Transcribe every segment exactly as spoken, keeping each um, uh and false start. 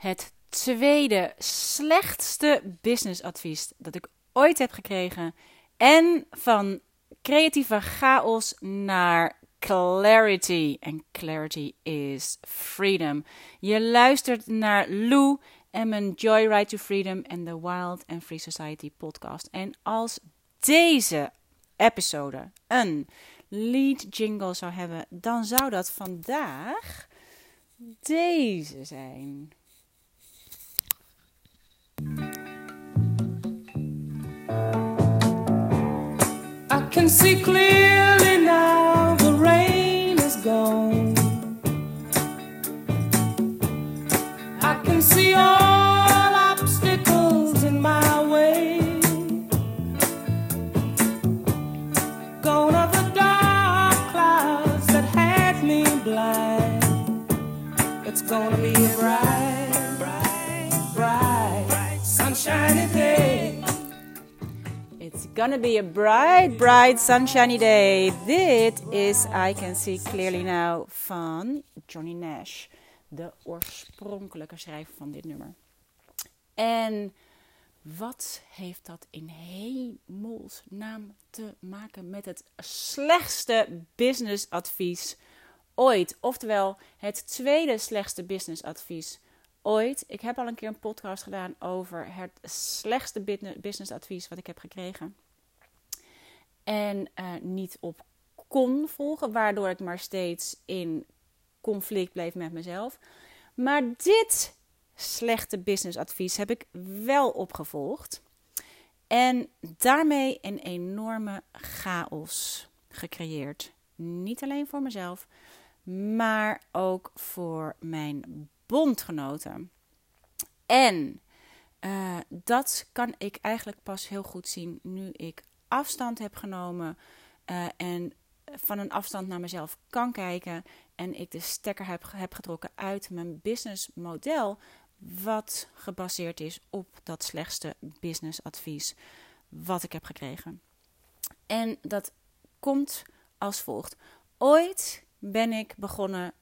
het tweede slechtste businessadvies dat ik ooit heb gekregen. En van creatieve chaos naar clarity. En clarity is freedom. Je luistert naar Lou en mijn Joyride to Freedom en de Wild and Free Society podcast. En als deze episode een lead jingle zou hebben, dan zou dat vandaag deze zijn. I can see clearly now, the rain is gone. I can see all obstacles in my way. Gone are the dark clouds that had me blind. It's gonna be a bright, bright, bright, sunshiny day. It's gonna be a bright, bright, sunshiny day. Dit is I Can See Clearly Now van Johnny Nash, de oorspronkelijke schrijver van dit nummer. En wat heeft dat in hemelsnaam te maken met het slechtste businessadvies ooit? Oftewel, het tweede slechtste businessadvies ooit. Ik heb al een keer een podcast gedaan over het slechtste businessadvies wat ik heb gekregen. En uh, niet op kon volgen, waardoor ik maar steeds in conflict bleef met mezelf. Maar dit slechte businessadvies heb ik wel opgevolgd. En daarmee een enorme chaos gecreëerd. Niet alleen voor mezelf, maar ook voor mijn bondgenoten. En uh, dat kan ik eigenlijk pas heel goed zien nu ik afstand heb genomen uh, en van een afstand naar mezelf kan kijken en ik de stekker heb, heb getrokken uit mijn businessmodel, wat gebaseerd is op dat slechtste businessadvies wat ik heb gekregen. En dat komt als volgt. Ooit ben ik begonnen,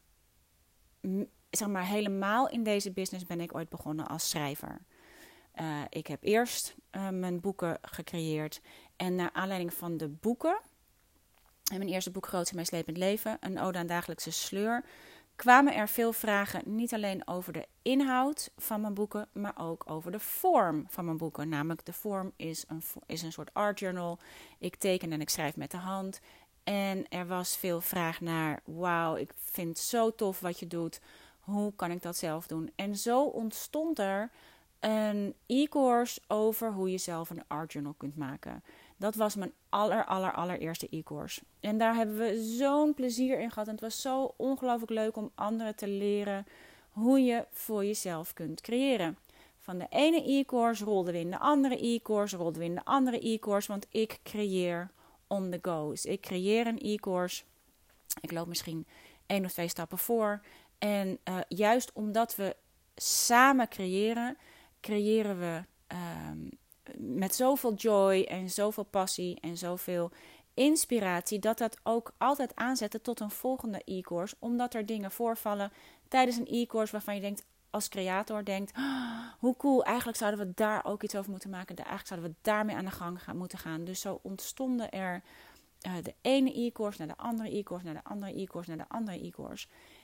zeg maar helemaal in deze business ben ik ooit begonnen als schrijver. Uh, ik heb eerst uh, mijn boeken gecreëerd en naar aanleiding van de boeken, en mijn eerste boek Groot in mijn slepend leven, een ode aan dagelijkse sleur, kwamen er veel vragen, niet alleen over de inhoud van mijn boeken, maar ook over de vorm van mijn boeken. Namelijk de vorm is een, is een soort art journal. Ik teken en ik schrijf met de hand. En er was veel vraag naar, wauw, ik vind het zo tof wat je doet. Hoe kan ik dat zelf doen? En zo ontstond er een e-course over hoe je zelf een art journal kunt maken. Dat was mijn aller, aller, allereerste e-course. En daar hebben we zo'n plezier in gehad. En het was zo ongelooflijk leuk om anderen te leren hoe je voor jezelf kunt creëren. Van de ene e-course rolden we in de andere e-course, rolden we in de andere e-course. Want ik creëer on the go. Dus ik creëer een e-course. Ik loop misschien één of twee stappen voor. En uh, juist omdat we samen creëren, creëren we um, met zoveel joy en zoveel passie en zoveel inspiratie, dat dat ook altijd aanzetten tot een volgende e-course. Omdat er dingen voorvallen tijdens een e-course waarvan je denkt, als creator denkt, oh, hoe cool, eigenlijk zouden we daar ook iets over moeten maken. Eigenlijk zouden we daarmee aan de gang gaan, moeten gaan. Dus zo ontstonden er uh, de ene e-course naar de andere e-course, naar de andere e-course, naar de andere e-course.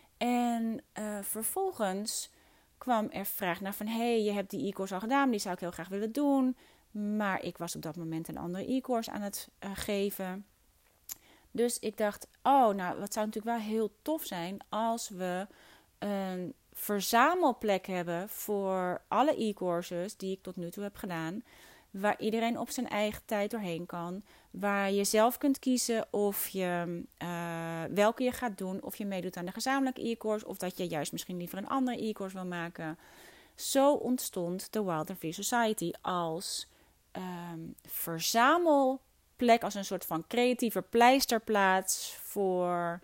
En uh, vervolgens kwam er vraag naar van, hé, hey, je hebt die e-course al gedaan, die zou ik heel graag willen doen. Maar ik was op dat moment een andere e-course aan het uh, geven. Dus ik dacht, oh, nou, wat zou natuurlijk wel heel tof zijn als we een verzamelplek hebben voor alle e-courses die ik tot nu toe heb gedaan. Waar iedereen op zijn eigen tijd doorheen kan. Waar je zelf kunt kiezen of je, uh, welke je gaat doen. Of je meedoet aan de gezamenlijke e-course. Of dat je juist misschien liever een andere e-course wil maken. Zo ontstond de Wild and Free Society als um, verzamelplek. Als een soort van creatieve pleisterplaats voor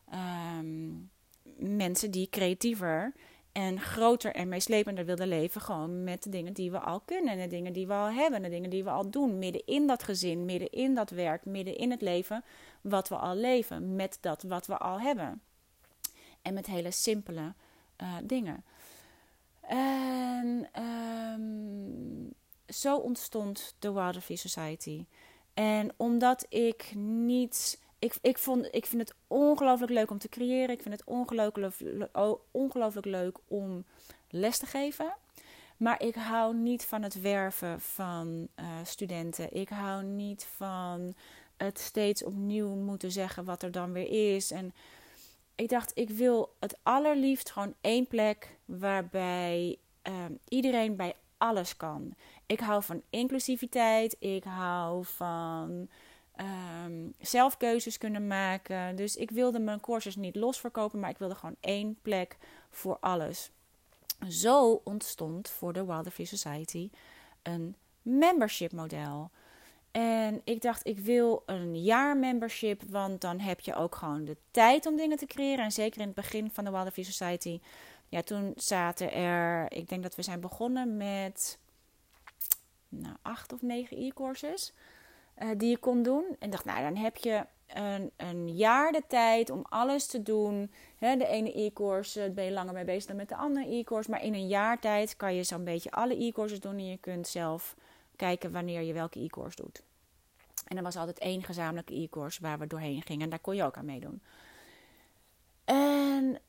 um, mensen die creatiever en groter en meeslepender wilden leven. Gewoon met de dingen die we al kunnen. En de dingen die we al hebben. De dingen die we al doen. Midden in dat gezin. Midden in dat werk. Midden in het leven. Wat we al leven. Met dat wat we al hebben. En met hele simpele uh, dingen. En um, zo ontstond de Wilder Society. En omdat ik niet... Ik, ik, vond, ik vind het ongelooflijk leuk om te creëren. Ik vind het ongelooflijk, ongelooflijk leuk om les te geven. Maar ik hou niet van het werven van uh, studenten. Ik hou niet van het steeds opnieuw moeten zeggen wat er dan weer is. En ik dacht, ik wil het allerliefst gewoon één plek waarbij uh, iedereen bij alles kan. Ik hou van inclusiviteit. Ik hou van um, zelf keuzes kunnen maken. Dus ik wilde mijn courses niet los verkopen, maar ik wilde gewoon één plek voor alles. Zo ontstond voor de Wilder Free Society een membership model. En ik dacht, ik wil een jaar membership, want dan heb je ook gewoon de tijd om dingen te creëren. En zeker in het begin van de Wilder Free Society, ja, toen zaten er, ik denk dat we zijn begonnen met nou, acht of negen e-courses uh, die je kon doen. En dacht, nou, dan heb je een, een jaar de tijd om alles te doen. He, de ene e-course ben je langer mee bezig dan met de andere e-course. Maar in een jaar tijd kan je zo'n beetje alle e-courses doen. En je kunt zelf kijken wanneer je welke e-course doet. En er was altijd één gezamenlijke e-course waar we doorheen gingen. En daar kon je ook aan meedoen. En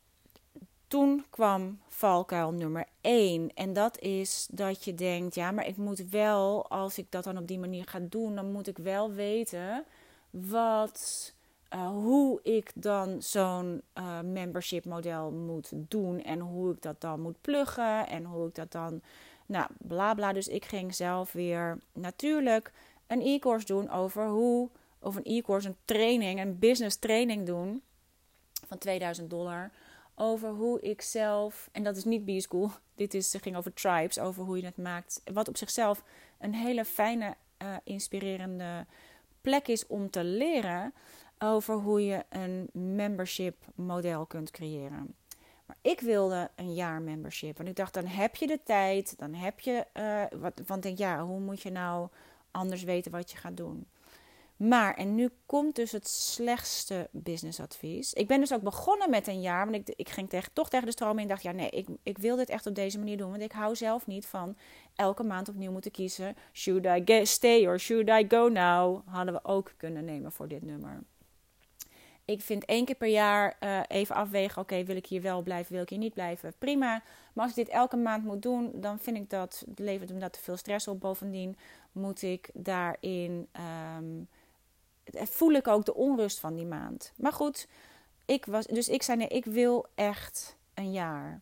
toen kwam valkuil nummer één. En dat is dat je denkt, ja, maar ik moet wel, als ik dat dan op die manier ga doen, dan moet ik wel weten wat, uh, hoe ik dan zo'n uh, membership model moet doen. En hoe ik dat dan moet pluggen. En hoe ik dat dan, nou, bla bla. Dus ik ging zelf weer natuurlijk een e-course doen over hoe, of een e-course, een training, een business training doen van tweeduizend dollar. Over hoe ik zelf, en dat is niet B-School, dit is, ging over tribes, over hoe je het maakt. Wat op zichzelf een hele fijne, uh, inspirerende plek is om te leren over hoe je een membership model kunt creëren. Maar ik wilde een jaar membership. En ik dacht, dan heb je de tijd, dan heb je, uh, wat, want ik denk, ja, hoe moet je nou anders weten wat je gaat doen? Maar, en nu komt dus het slechtste businessadvies. Ik ben dus ook begonnen met een jaar. Want ik, ik ging tegen, toch tegen de stroom in en dacht, ja nee, ik, ik wil dit echt op deze manier doen. Want ik hou zelf niet van elke maand opnieuw moeten kiezen. Should I get, stay or should I go now? Hadden we ook kunnen nemen voor dit nummer. Ik vind één keer per jaar uh, even afwegen. Oké, okay, wil ik hier wel blijven, wil ik hier niet blijven? Prima. Maar als ik dit elke maand moet doen, dan vind ik dat, levert me dat te veel stress op. Bovendien moet ik daarin... Um, voel ik ook de onrust van die maand. Maar goed, ik was, dus ik zei nee, ik wil echt een jaar.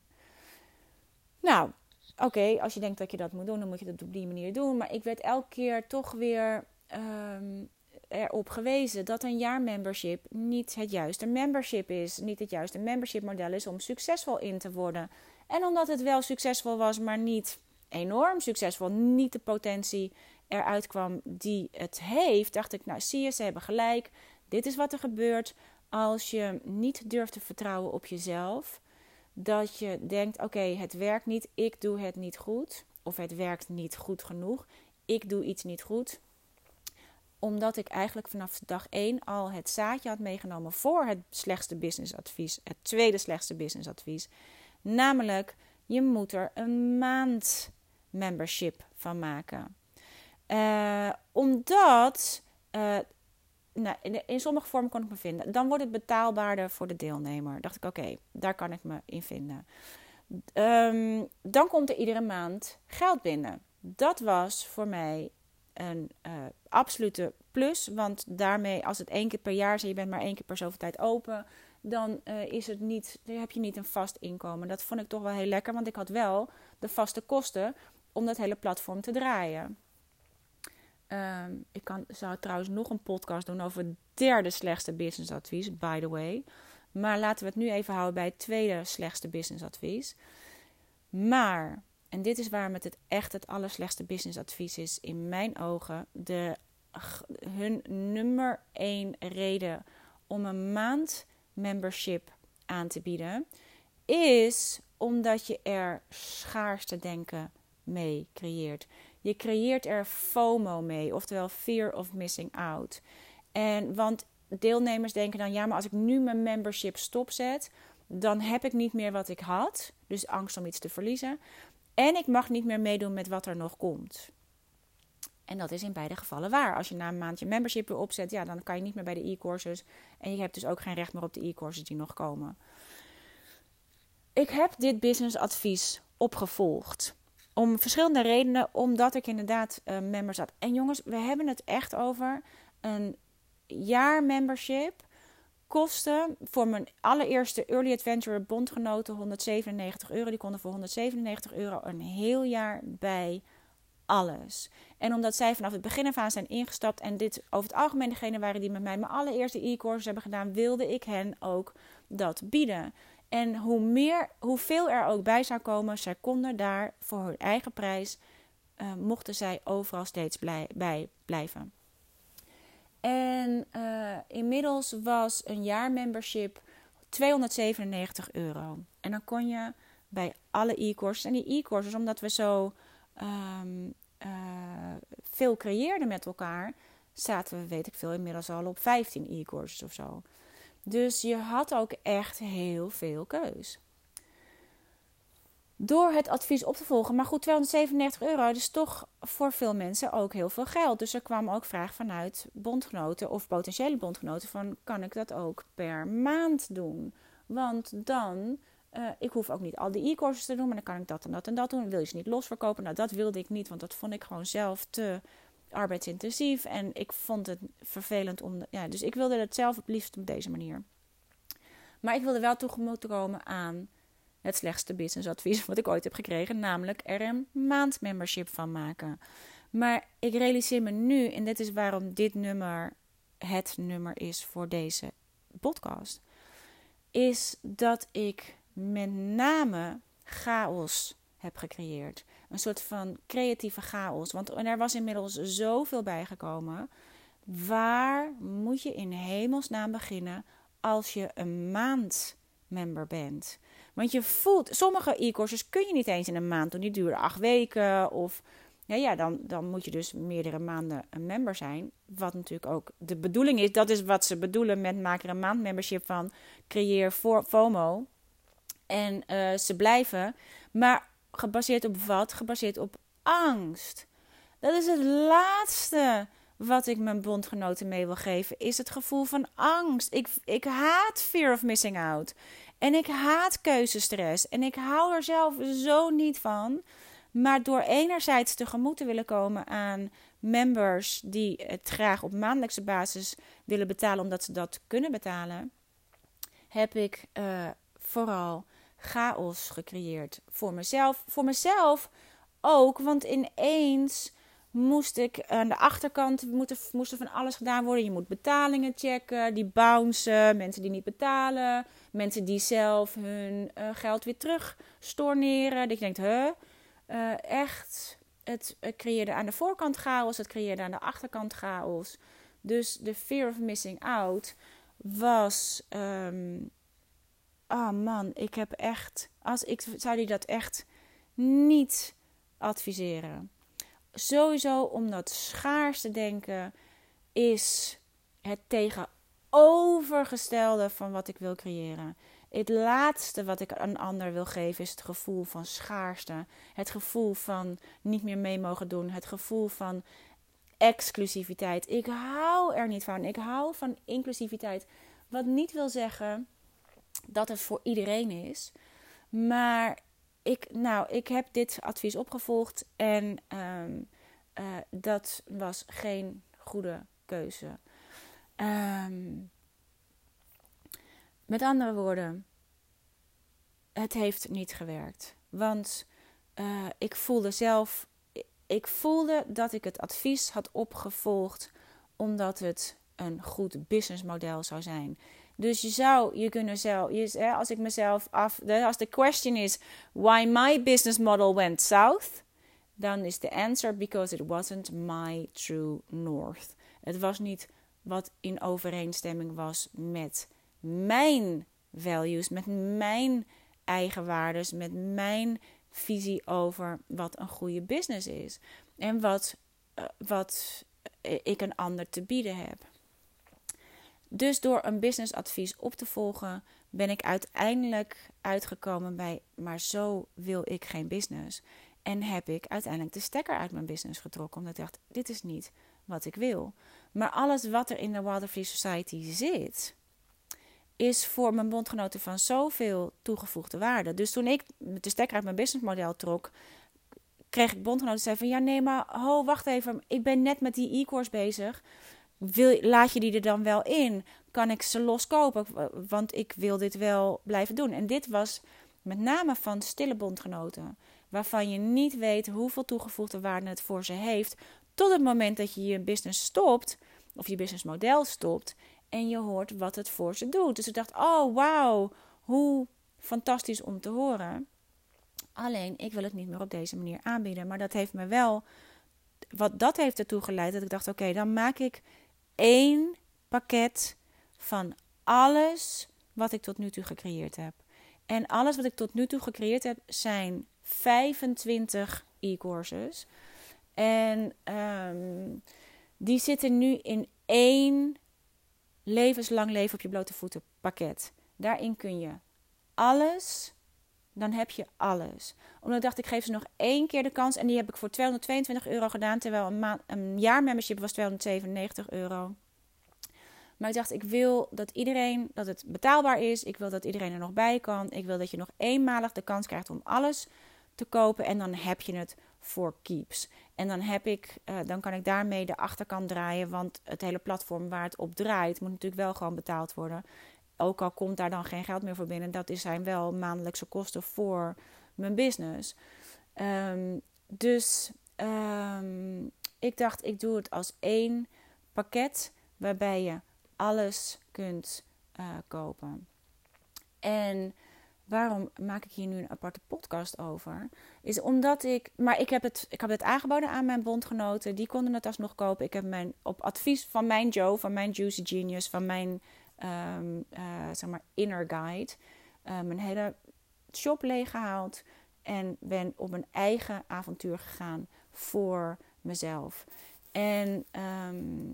Nou, oké, okay, als je denkt dat je dat moet doen, dan moet je dat op die manier doen. Maar ik werd elke keer toch weer um, erop gewezen dat een jaar membership niet het juiste membership is. Niet het juiste membership model is om succesvol in te worden. En omdat het wel succesvol was, maar niet enorm succesvol, niet de potentie eruit kwam die het heeft, dacht ik, nou zie je, ze hebben gelijk. Dit is wat er gebeurt als je niet durft te vertrouwen op jezelf. Dat je denkt, oké, okay, het werkt niet, ik doe het niet goed. Of het werkt niet goed genoeg, ik doe iets niet goed. Omdat ik eigenlijk vanaf dag één al het zaadje had meegenomen voor het slechtste businessadvies. Het tweede slechtste businessadvies. Namelijk, je moet er een maand membership van maken. Uh, omdat, uh, nou, in, in sommige vormen kon ik me vinden. Dan wordt het betaalbaarder voor de deelnemer. Dacht ik, oké, okay, daar kan ik me in vinden. Um, dan komt er iedere maand geld binnen. Dat was voor mij een uh, absolute plus. Want daarmee, als het één keer per jaar is en je bent maar één keer per zoveel tijd open, dan uh, is het niet, dan heb je niet een vast inkomen. Dat vond ik toch wel heel lekker, want ik had wel de vaste kosten om dat hele platform te draaien. Um, ik kan, zou trouwens nog een podcast doen over het derde slechtste businessadvies, by the way. Maar laten we het nu even houden bij het tweede slechtste businessadvies. Maar, en dit is waarom het, het echt het allerslechtste businessadvies is in mijn ogen. De, hun nummer één reden om een maand membership aan te bieden is omdat je er schaarste denken mee creëert. Je creëert er FOMO mee, oftewel fear of missing out. En want deelnemers denken dan, ja, maar als ik nu mijn membership stopzet, dan heb ik niet meer wat ik had. Dus angst om iets te verliezen. En ik mag niet meer meedoen met wat er nog komt. En dat is in beide gevallen waar. Als je na een maand je membership weer opzet, ja, dan kan je niet meer bij de e-courses. En je hebt dus ook geen recht meer op de e-courses die nog komen. Ik heb dit businessadvies opgevolgd. Om verschillende redenen. Omdat ik inderdaad uh, members had. En jongens, we hebben het echt over een jaar membership. Kostte voor mijn allereerste Early Adventurer bondgenoten honderdzevenennegentig euro. Die konden voor honderdzevenennegentig euro een heel jaar bij alles. En omdat zij vanaf het begin af aan zijn ingestapt en dit over het algemeen degene waren die met mij mijn allereerste e-courses hebben gedaan, wilde ik hen ook dat bieden. En hoe meer, hoeveel er ook bij zou komen, zij konden daar voor hun eigen prijs, uh, mochten zij overal steeds blij, bij blijven. En uh, inmiddels was een jaar membership tweehonderdzevenennegentig euro. En dan kon je bij alle e-courses, en die e-courses, omdat we zo um, uh, veel creëerden met elkaar, zaten we, weet ik veel, inmiddels al op vijftien e-courses of zo. Dus je had ook echt heel veel keus. Door het advies op te volgen. Maar goed, tweehonderdzevenennegentig euro is toch voor veel mensen ook heel veel geld. Dus er kwam ook vraag vanuit bondgenoten of potentiële bondgenoten van, kan ik dat ook per maand doen? Want dan, uh, ik hoef ook niet al die e-courses te doen, maar dan kan ik dat en dat en dat doen. Wil je ze niet losverkopen? Nou, dat wilde ik niet, want dat vond ik gewoon zelf te arbeidsintensief. En ik vond het vervelend om, ja, dus ik wilde het zelf het liefst op deze manier. Maar ik wilde wel tegemoet komen aan het slechtste businessadvies wat ik ooit heb gekregen. Namelijk er een maandmembership van maken. Maar ik realiseer me nu, en dit is waarom dit nummer het nummer is voor deze podcast, is dat ik met name chaos heb gecreëerd. Een soort van creatieve chaos. Want er was inmiddels zoveel bijgekomen. Waar moet je in hemelsnaam beginnen als je een maandmember bent? Want je voelt, sommige e-courses kun je niet eens in een maand doen. Die duren acht weken. Of ja, ja dan, dan moet je dus meerdere maanden een member zijn. Wat natuurlijk ook de bedoeling is. Dat is wat ze bedoelen met maak er een maandmembership van. Creëer voor FOMO. En uh, ze blijven. Maar gebaseerd op wat? Gebaseerd op angst. Dat is het laatste wat ik mijn bondgenoten mee wil geven. Is het gevoel van angst. Ik, ik haat fear of missing out. En ik haat keuzestress. En ik hou er zelf zo niet van. Maar door enerzijds tegemoet te willen komen aan members die het graag op maandelijkse basis willen betalen, omdat ze dat kunnen betalen, heb ik uh, vooral chaos gecreëerd voor mezelf. Voor mezelf ook, want ineens moest ik aan de achterkant, moest, moest er van alles gedaan worden. Je moet betalingen checken, die bouncen, mensen die niet betalen, mensen die zelf hun uh, geld weer terug storneren. Dat je denkt, huh? Uh, echt, het, het creëerde aan de voorkant chaos, het creëerde aan de achterkant chaos. Dus de fear of missing out was, um, oh man, ik heb echt, als ik zou die dat echt niet adviseren. Sowieso omdat schaars te denken is het tegenovergestelde van wat ik wil creëren. Het laatste wat ik een ander wil geven is het gevoel van schaarste. Het gevoel van niet meer mee mogen doen. Het gevoel van exclusiviteit. Ik hou er niet van. Ik hou van inclusiviteit. Wat niet wil zeggen dat het voor iedereen is. Maar ik, nou, ik heb dit advies opgevolgd. En um, uh, dat was geen goede keuze. Um, Met andere woorden, het heeft niet gewerkt. Want uh, ik voelde zelf, ik voelde dat ik het advies had opgevolgd omdat het een goed businessmodel zou zijn. Dus je zou je kunnen zelf, je, als ik mezelf af, als de question is why my business model went south, dan is de answer because it wasn't my true north. Het was niet wat in overeenstemming was met mijn values, met mijn eigen waardes, met mijn visie over wat een goede business is. En wat, uh, wat ik een ander te bieden heb. Dus door een businessadvies op te volgen, ben ik uiteindelijk uitgekomen bij, maar zo wil ik geen business. En heb ik uiteindelijk de stekker uit mijn business getrokken. Omdat ik dacht, dit is niet wat ik wil. Maar alles wat er in de Wilder Free Society zit, is voor mijn bondgenoten van zoveel toegevoegde waarde. Dus toen ik de stekker uit mijn businessmodel trok, kreeg ik bondgenoten die zeiden van, ja nee, maar ho, wacht even. Ik ben net met die e-course bezig. Wil, laat je die er dan wel in? Kan ik ze loskopen? Want ik wil dit wel blijven doen. En dit was met name van stille bondgenoten, waarvan je niet weet hoeveel toegevoegde waarde het voor ze heeft, tot het moment dat je je business stopt, of je businessmodel stopt, en je hoort wat het voor ze doet. Dus ik dacht, oh wauw, hoe fantastisch om te horen. Alleen, ik wil het niet meer op deze manier aanbieden. Maar dat heeft me wel, wat dat heeft ertoe geleid, dat ik dacht, oké, okay, dan maak ik één pakket van alles wat ik tot nu toe gecreëerd heb. En alles wat ik tot nu toe gecreëerd heb, zijn vijfentwintig e-courses. En um, die zitten nu in één levenslang leven op je blote voeten pakket. Daarin kun je alles, dan heb je alles. Omdat ik dacht, ik geef ze nog één keer de kans. En die heb ik voor tweehonderdtweeëntwintig euro gedaan. Terwijl een, ma- een jaar membership was tweehonderdzevenennegentig euro. Maar ik dacht, ik wil dat iedereen, dat het betaalbaar is. Ik wil dat iedereen er nog bij kan. Ik wil dat je nog eenmalig de kans krijgt om alles te kopen. En dan heb je het voor keeps. En dan, heb ik, uh, dan kan ik daarmee de achterkant draaien. Want het hele platform waar het op draait, moet natuurlijk wel gewoon betaald worden. Ook al komt daar dan geen geld meer voor binnen. Dat zijn wel maandelijkse kosten voor mijn business. Um, dus um, ik dacht, ik doe het als één pakket waarbij je alles kunt uh, kopen. En waarom maak ik hier nu een aparte podcast over? Is omdat ik, maar ik heb het, ik heb het aangeboden aan mijn bondgenoten. Die konden het alsnog kopen. Ik heb mijn, op advies van mijn Joe, van mijn Juicy Genius, van mijn um, uh, zeg maar inner guide, uh, mijn hele shop leeggehaald en ben op mijn eigen avontuur gegaan voor mezelf. En um,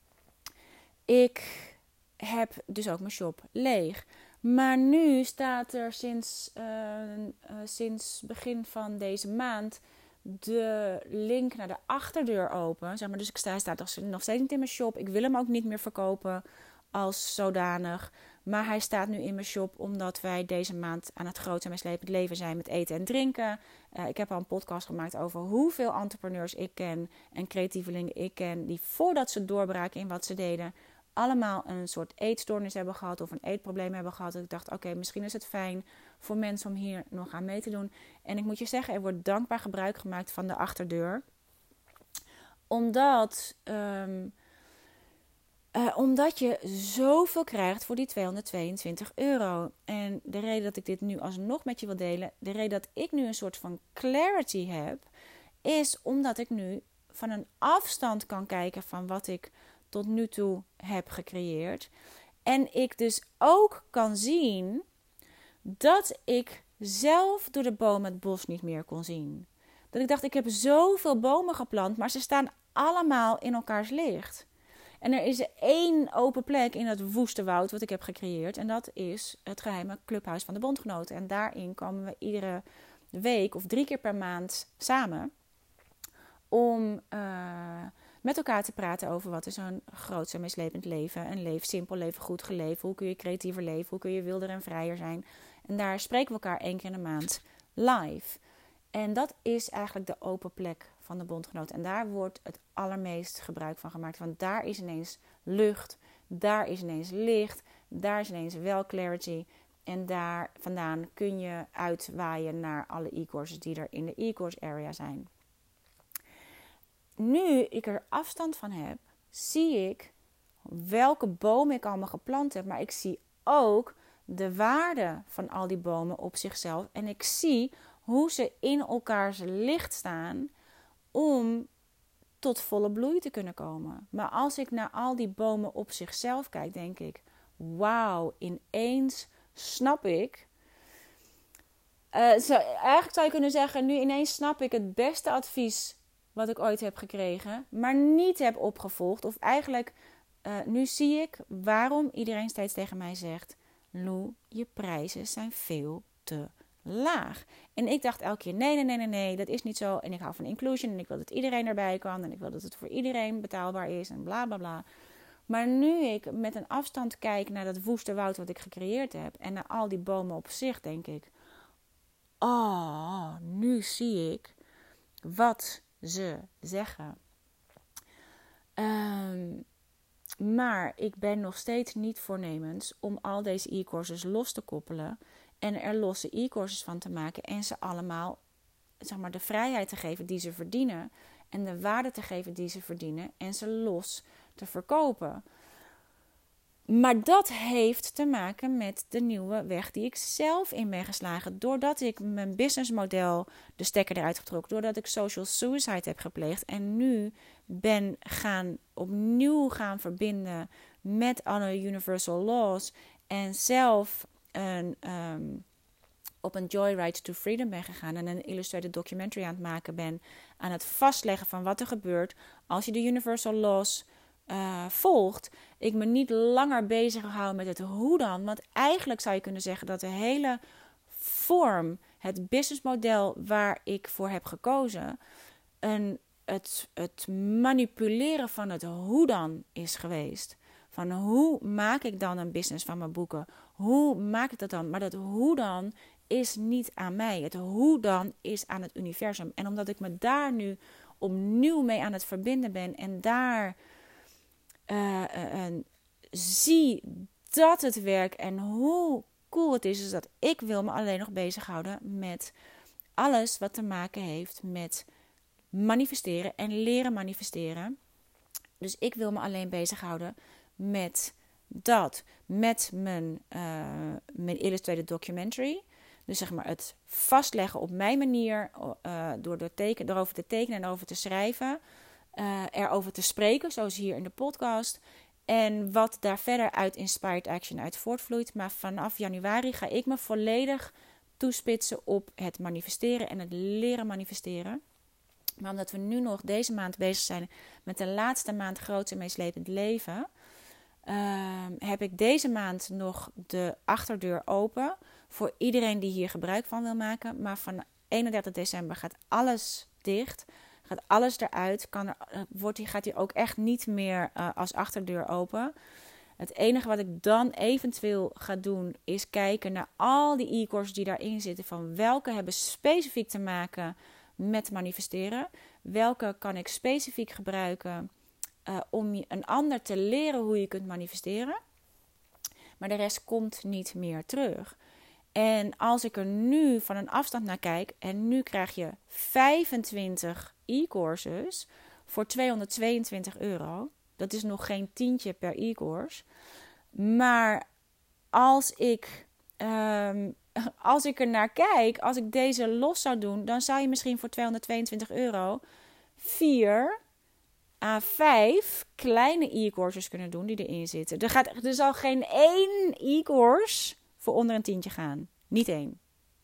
ik heb dus ook mijn shop leeg. Maar nu staat er sinds, uh, uh, sinds begin van deze maand de link naar de achterdeur open. Zeg maar, dus ik sta, staat nog steeds niet in mijn shop. Ik wil hem ook niet meer verkopen als zodanig. Maar hij staat nu in mijn shop omdat wij deze maand aan het groot en meeslepend leven zijn met eten en drinken. Uh, ik heb al een podcast gemaakt over hoeveel entrepreneurs ik ken en creatievelingen ik ken die voordat ze doorbraken in wat ze deden, allemaal een soort eetstoornis hebben gehad of een eetprobleem hebben gehad. Dat ik dacht, oké, okay, misschien is het fijn voor mensen om hier nog aan mee te doen. En ik moet je zeggen, er wordt dankbaar gebruik gemaakt van de achterdeur. Omdat, um, uh, omdat je zoveel krijgt voor die tweehonderdtweeëntwintig euro. En de reden dat ik dit nu alsnog met je wil delen, de reden dat ik nu een soort van clarity heb, is omdat ik nu van een afstand kan kijken van wat ik tot nu toe heb gecreëerd. En ik dus ook kan zien dat ik zelf door de bomen het bos niet meer kon zien. Dat ik dacht, ik heb zoveel bomen geplant, maar ze staan allemaal in elkaars licht. En er is één open plek in het woeste woud wat ik heb gecreëerd. En dat is het geheime clubhuis van de bondgenoten. En daarin komen we iedere week of drie keer per maand samen om Uh, met elkaar te praten over wat is zo'n groot en meeslepend leven. Een leven, simpel leven, goed geleven. Hoe kun je creatiever leven? Hoe kun je wilder en vrijer zijn? En daar spreken we elkaar één keer in de maand live. En dat is eigenlijk de open plek van de bondgenoot. En daar wordt het allermeest gebruik van gemaakt. Want daar is ineens lucht. Daar is ineens licht. Daar is ineens wel clarity. En daar vandaan kun je uitwaaien naar alle e-courses die er in de e-course area zijn. Nu ik er afstand van heb, zie ik welke bomen ik allemaal geplant heb. Maar ik zie ook de waarde van al die bomen op zichzelf. En ik zie hoe ze in elkaars licht staan om tot volle bloei te kunnen komen. Maar als ik naar al die bomen op zichzelf kijk, denk ik, wauw, ineens snap ik. Uh, zo, eigenlijk zou je kunnen zeggen, nu ineens snap ik het beste advies wat ik ooit heb gekregen, maar niet heb opgevolgd. Of eigenlijk, uh, nu zie ik waarom iedereen steeds tegen mij zegt, Lou, je prijzen zijn veel te laag. En ik dacht elke keer, nee, nee, nee, nee, nee, dat is niet zo. En ik hou van inclusion en ik wil dat iedereen erbij kan. En ik wil dat het voor iedereen betaalbaar is en bla, bla, bla. Maar nu ik met een afstand kijk naar dat woeste woud wat ik gecreëerd heb. En naar al die bomen op zich, denk ik. Oh, nu zie ik wat ze zeggen. Um, maar ik ben nog steeds niet voornemens om al deze e-courses los te koppelen. En er losse e-courses van te maken. En ze allemaal, zeg maar, de vrijheid te geven die ze verdienen. En de waarde te geven die ze verdienen. En ze los te verkopen. Maar dat heeft te maken met de nieuwe weg die ik zelf in ben geslagen. Doordat ik mijn businessmodel de stekker eruit getrokken. Doordat ik social suicide heb gepleegd. En nu ben gaan opnieuw gaan verbinden met alle universal laws. En zelf een, um, op een joyride to freedom ben gegaan. En een illustrated documentary aan het maken ben. Aan het vastleggen van wat er gebeurt als je de universal laws Uh, volgt, ik me niet langer bezig hou met het hoe dan. Want eigenlijk zou je kunnen zeggen dat de hele vorm, het businessmodel waar ik voor heb gekozen, een, het, het manipuleren van het hoe dan is geweest. Van hoe maak ik dan een business van mijn boeken? Hoe maak ik dat dan? Maar dat hoe dan is niet aan mij. Het hoe dan is aan het universum. En omdat ik me daar nu opnieuw mee aan het verbinden ben en daar Uh, uh, uh, zie dat het werkt en hoe cool het is, is dat ik wil me alleen nog bezighouden met alles wat te maken heeft met manifesteren en leren manifesteren. Dus ik wil me alleen bezighouden met dat, met mijn, uh, mijn illustrated documentary. Dus zeg maar het vastleggen op mijn manier, uh, door de teken, erover te tekenen en over te schrijven. Uh, erover te spreken, zoals hier in de podcast. En wat daar verder uit Inspired Action uit voortvloeit. Maar vanaf januari ga ik me volledig toespitsen op het manifesteren en het leren manifesteren. Maar omdat we nu nog deze maand bezig zijn met de laatste maand Groots en Meeslepend Leven, Uh, heb ik deze maand nog de achterdeur open voor iedereen die hier gebruik van wil maken. Maar van eenendertig december gaat alles dicht. Gaat alles eruit, kan er, wordt die, gaat hij ook echt niet meer uh, als achterdeur open. Het enige wat ik dan eventueel ga doen is kijken naar al die e-courses die daarin zitten. Van welke hebben specifiek te maken met manifesteren. Welke kan ik specifiek gebruiken uh, om een ander te leren hoe je kunt manifesteren. Maar de rest komt niet meer terug. En als ik er nu van een afstand naar kijk en nu krijg je vijfentwintig e-courses voor tweehonderdtweeëntwintig euro. Dat is nog geen tientje per e-course. Maar als ik, um, als ik er naar kijk, als ik deze los zou doen, dan zou je misschien voor tweehonderdtweeëntwintig euro vier à vijf kleine e-courses kunnen doen die erin zitten. Er, gaat, er zal geen één e-course voor onder een tientje gaan. Niet één.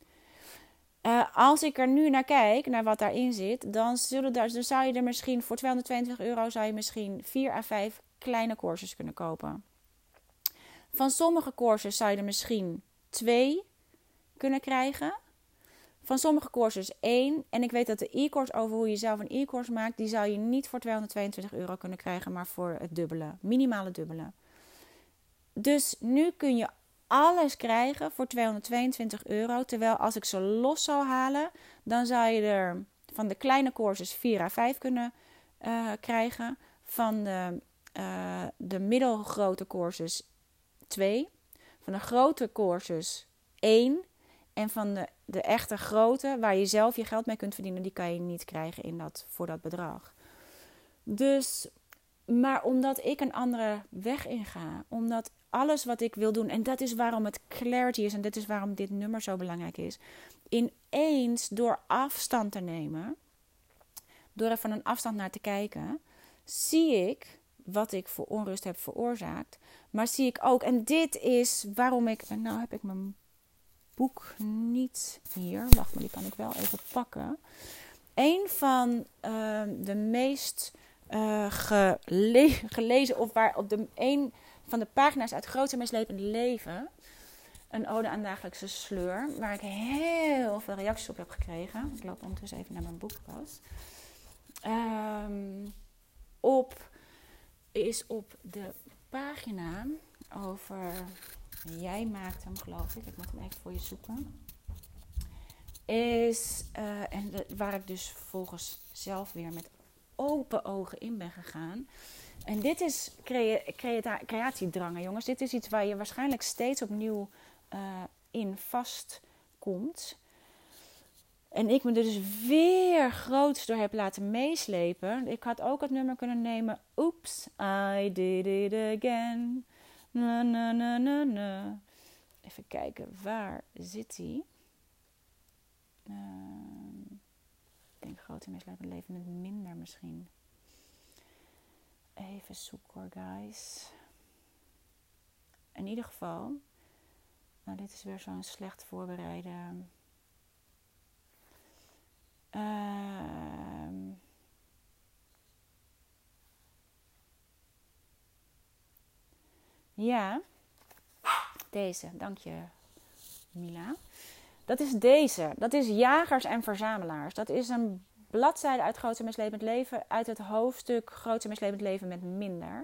Uh, als ik er nu naar kijk, naar wat daarin zit, dan, zullen daar, dan zou je er misschien voor tweehonderdtweeëntwintig euro zou je misschien vier à vijf kleine courses kunnen kopen. Van sommige courses zou je er misschien twee kunnen krijgen. Van sommige courses één. En ik weet dat de e-course over hoe je zelf een e-course maakt, die zou je niet voor tweehonderdtweeëntwintig euro kunnen krijgen, maar voor het dubbele, minimale dubbele. Dus nu kun je alles krijgen voor tweehonderdtweeëntwintig euro. Terwijl als ik ze los zou halen, dan zou je er van de kleine courses vier à vijf kunnen uh, krijgen. Van de, uh, de middelgrote courses twee. Van de grote courses één. En van de, de echte grote, waar je zelf je geld mee kunt verdienen, die kan je niet krijgen in dat, voor dat bedrag. Dus, maar omdat ik een andere weg inga, omdat alles wat ik wil doen, en dat is waarom het clarity is en dat is waarom dit nummer zo belangrijk is, ineens door afstand te nemen, door er van een afstand naar te kijken, zie ik wat ik voor onrust heb veroorzaakt. Maar zie ik ook, en dit is waarom ik, en nou heb ik mijn boek niet hier, wacht maar, die kan ik wel even pakken. Een van uh, de meest uh, gele- gelezen, of waar op de een van de pagina's uit Groots en Meeslepend Leven, Een ode aan dagelijkse sleur. Waar ik heel veel reacties op heb gekregen. Ik loop ondertussen even naar mijn boekenkast. Um, op, is op de pagina over... Jij maakt hem, geloof ik. Ik moet hem even voor je zoeken. Is, uh, en de, waar ik dus vervolgens zelf weer met open ogen in ben gegaan. En dit is crea- crea- creatiedrangen, jongens. Dit is iets waar je waarschijnlijk steeds opnieuw uh, in vastkomt. En ik me er dus weer groots door heb laten meeslepen. Ik had ook het nummer kunnen nemen. Oops, I did it again. Na, na, na, na, na. Even kijken, waar zit hij? Uh, ik denk grote misleidend leven met minder misschien. Even zoeken hoor, guys. In ieder geval. Nou, dit is weer zo'n slecht voorbereide... Uh, ja, deze, dank je Mila. Dat is deze, dat is Jagers en Verzamelaars. Dat is een bladzijde uit Groot en Mislepend Leven, uit het hoofdstuk Groot en Mislepend Leven met minder.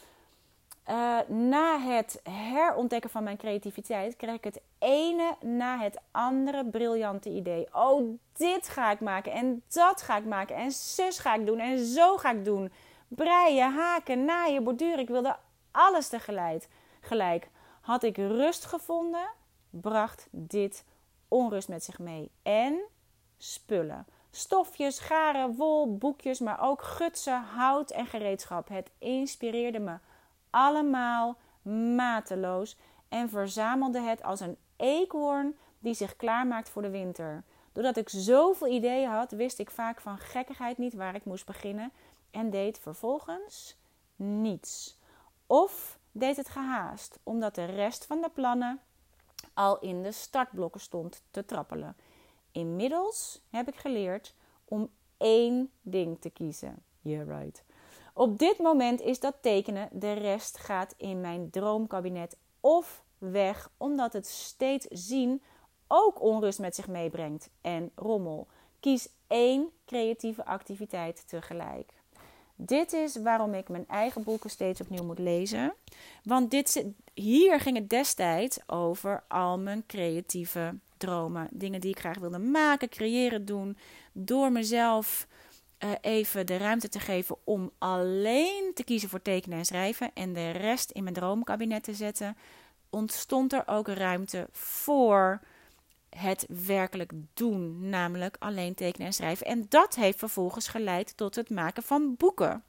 Uh, na het herontdekken van mijn creativiteit kreeg ik het ene na het andere briljante idee. Oh, dit ga ik maken en dat ga ik maken en zus ga ik doen en zo ga ik doen. Breien, haken, naaien, borduren. Ik wilde alles tegelijk. Gelijk. Had ik rust gevonden, bracht dit onrust met zich mee. En spullen. Stofjes, garen, wol, boekjes, maar ook gutsen, hout en gereedschap. Het inspireerde me allemaal mateloos en verzamelde het als een eekhoorn die zich klaarmaakt voor de winter. Doordat ik zoveel ideeën had, wist ik vaak van gekkigheid niet waar ik moest beginnen en deed vervolgens niets. Of deed het gehaast, omdat de rest van de plannen al in de startblokken stond te trappelen. Inmiddels heb ik geleerd om één ding te kiezen. Yeah, right. Op dit moment is dat tekenen, de rest gaat in mijn droomkabinet of weg, omdat het steeds zien ook onrust met zich meebrengt en rommel. Kies één creatieve activiteit tegelijk. Dit is waarom ik mijn eigen boeken steeds opnieuw moet lezen. Want dit, hier ging het destijds over al mijn creatieve dromen. Dingen die ik graag wilde maken, creëren, doen. Door mezelf uh, even de ruimte te geven om alleen te kiezen voor tekenen en schrijven. En de rest in mijn droomkabinet te zetten. Ontstond er ook ruimte voor het werkelijk doen, namelijk alleen tekenen en schrijven. En dat heeft vervolgens geleid tot het maken van boeken.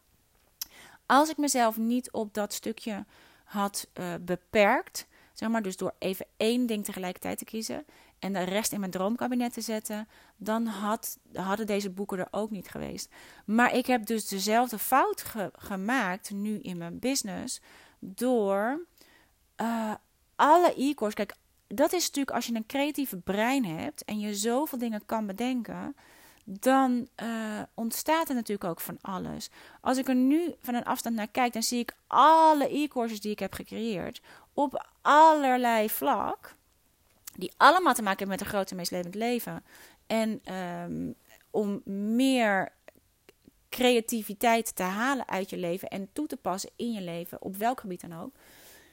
Als ik mezelf niet op dat stukje had uh, beperkt, zeg maar, dus door even één ding tegelijkertijd te kiezen en de rest in mijn droomkabinet te zetten, dan had, hadden deze boeken er ook niet geweest. Maar ik heb dus dezelfde fout ge- gemaakt nu in mijn business door uh, alle e-courses. Kijk, dat is natuurlijk als je een creatieve brein hebt en je zoveel dingen kan bedenken, dan uh, ontstaat er natuurlijk ook van alles. Als ik er nu van een afstand naar kijk, dan zie ik alle e-courses die ik heb gecreëerd op allerlei vlak, die allemaal te maken hebben met een groot en meeslepend leven. En um, om meer creativiteit te halen uit je leven en toe te passen in je leven, op welk gebied dan ook.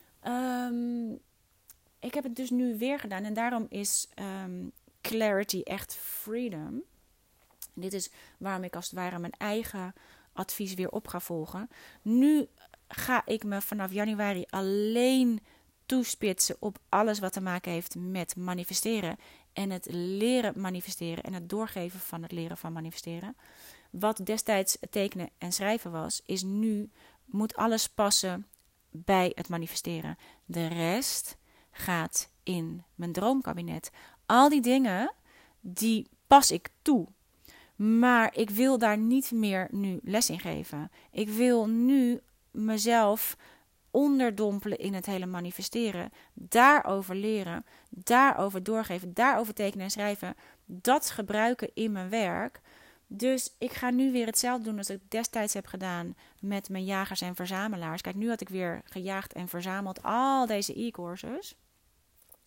Um, ik heb het dus nu weer gedaan en daarom is um, clarity echt freedom. Dit is waarom ik als het ware mijn eigen advies weer op ga volgen. Nu ga ik me vanaf januari alleen toespitsen op alles wat te maken heeft met manifesteren. En het leren manifesteren en het doorgeven van het leren van manifesteren. Wat destijds het tekenen en schrijven was, is nu moet alles passen bij het manifesteren. De rest gaat in mijn droomkabinet. Al die dingen, die pas ik toe. Maar ik wil daar niet meer nu les in geven. Ik wil nu mezelf onderdompelen in het hele manifesteren. Daarover leren, daarover doorgeven, daarover tekenen en schrijven. Dat gebruiken in mijn werk. Dus ik ga nu weer hetzelfde doen als ik destijds heb gedaan met mijn jagers en verzamelaars. Kijk, nu had ik weer gejaagd en verzameld al deze e-courses.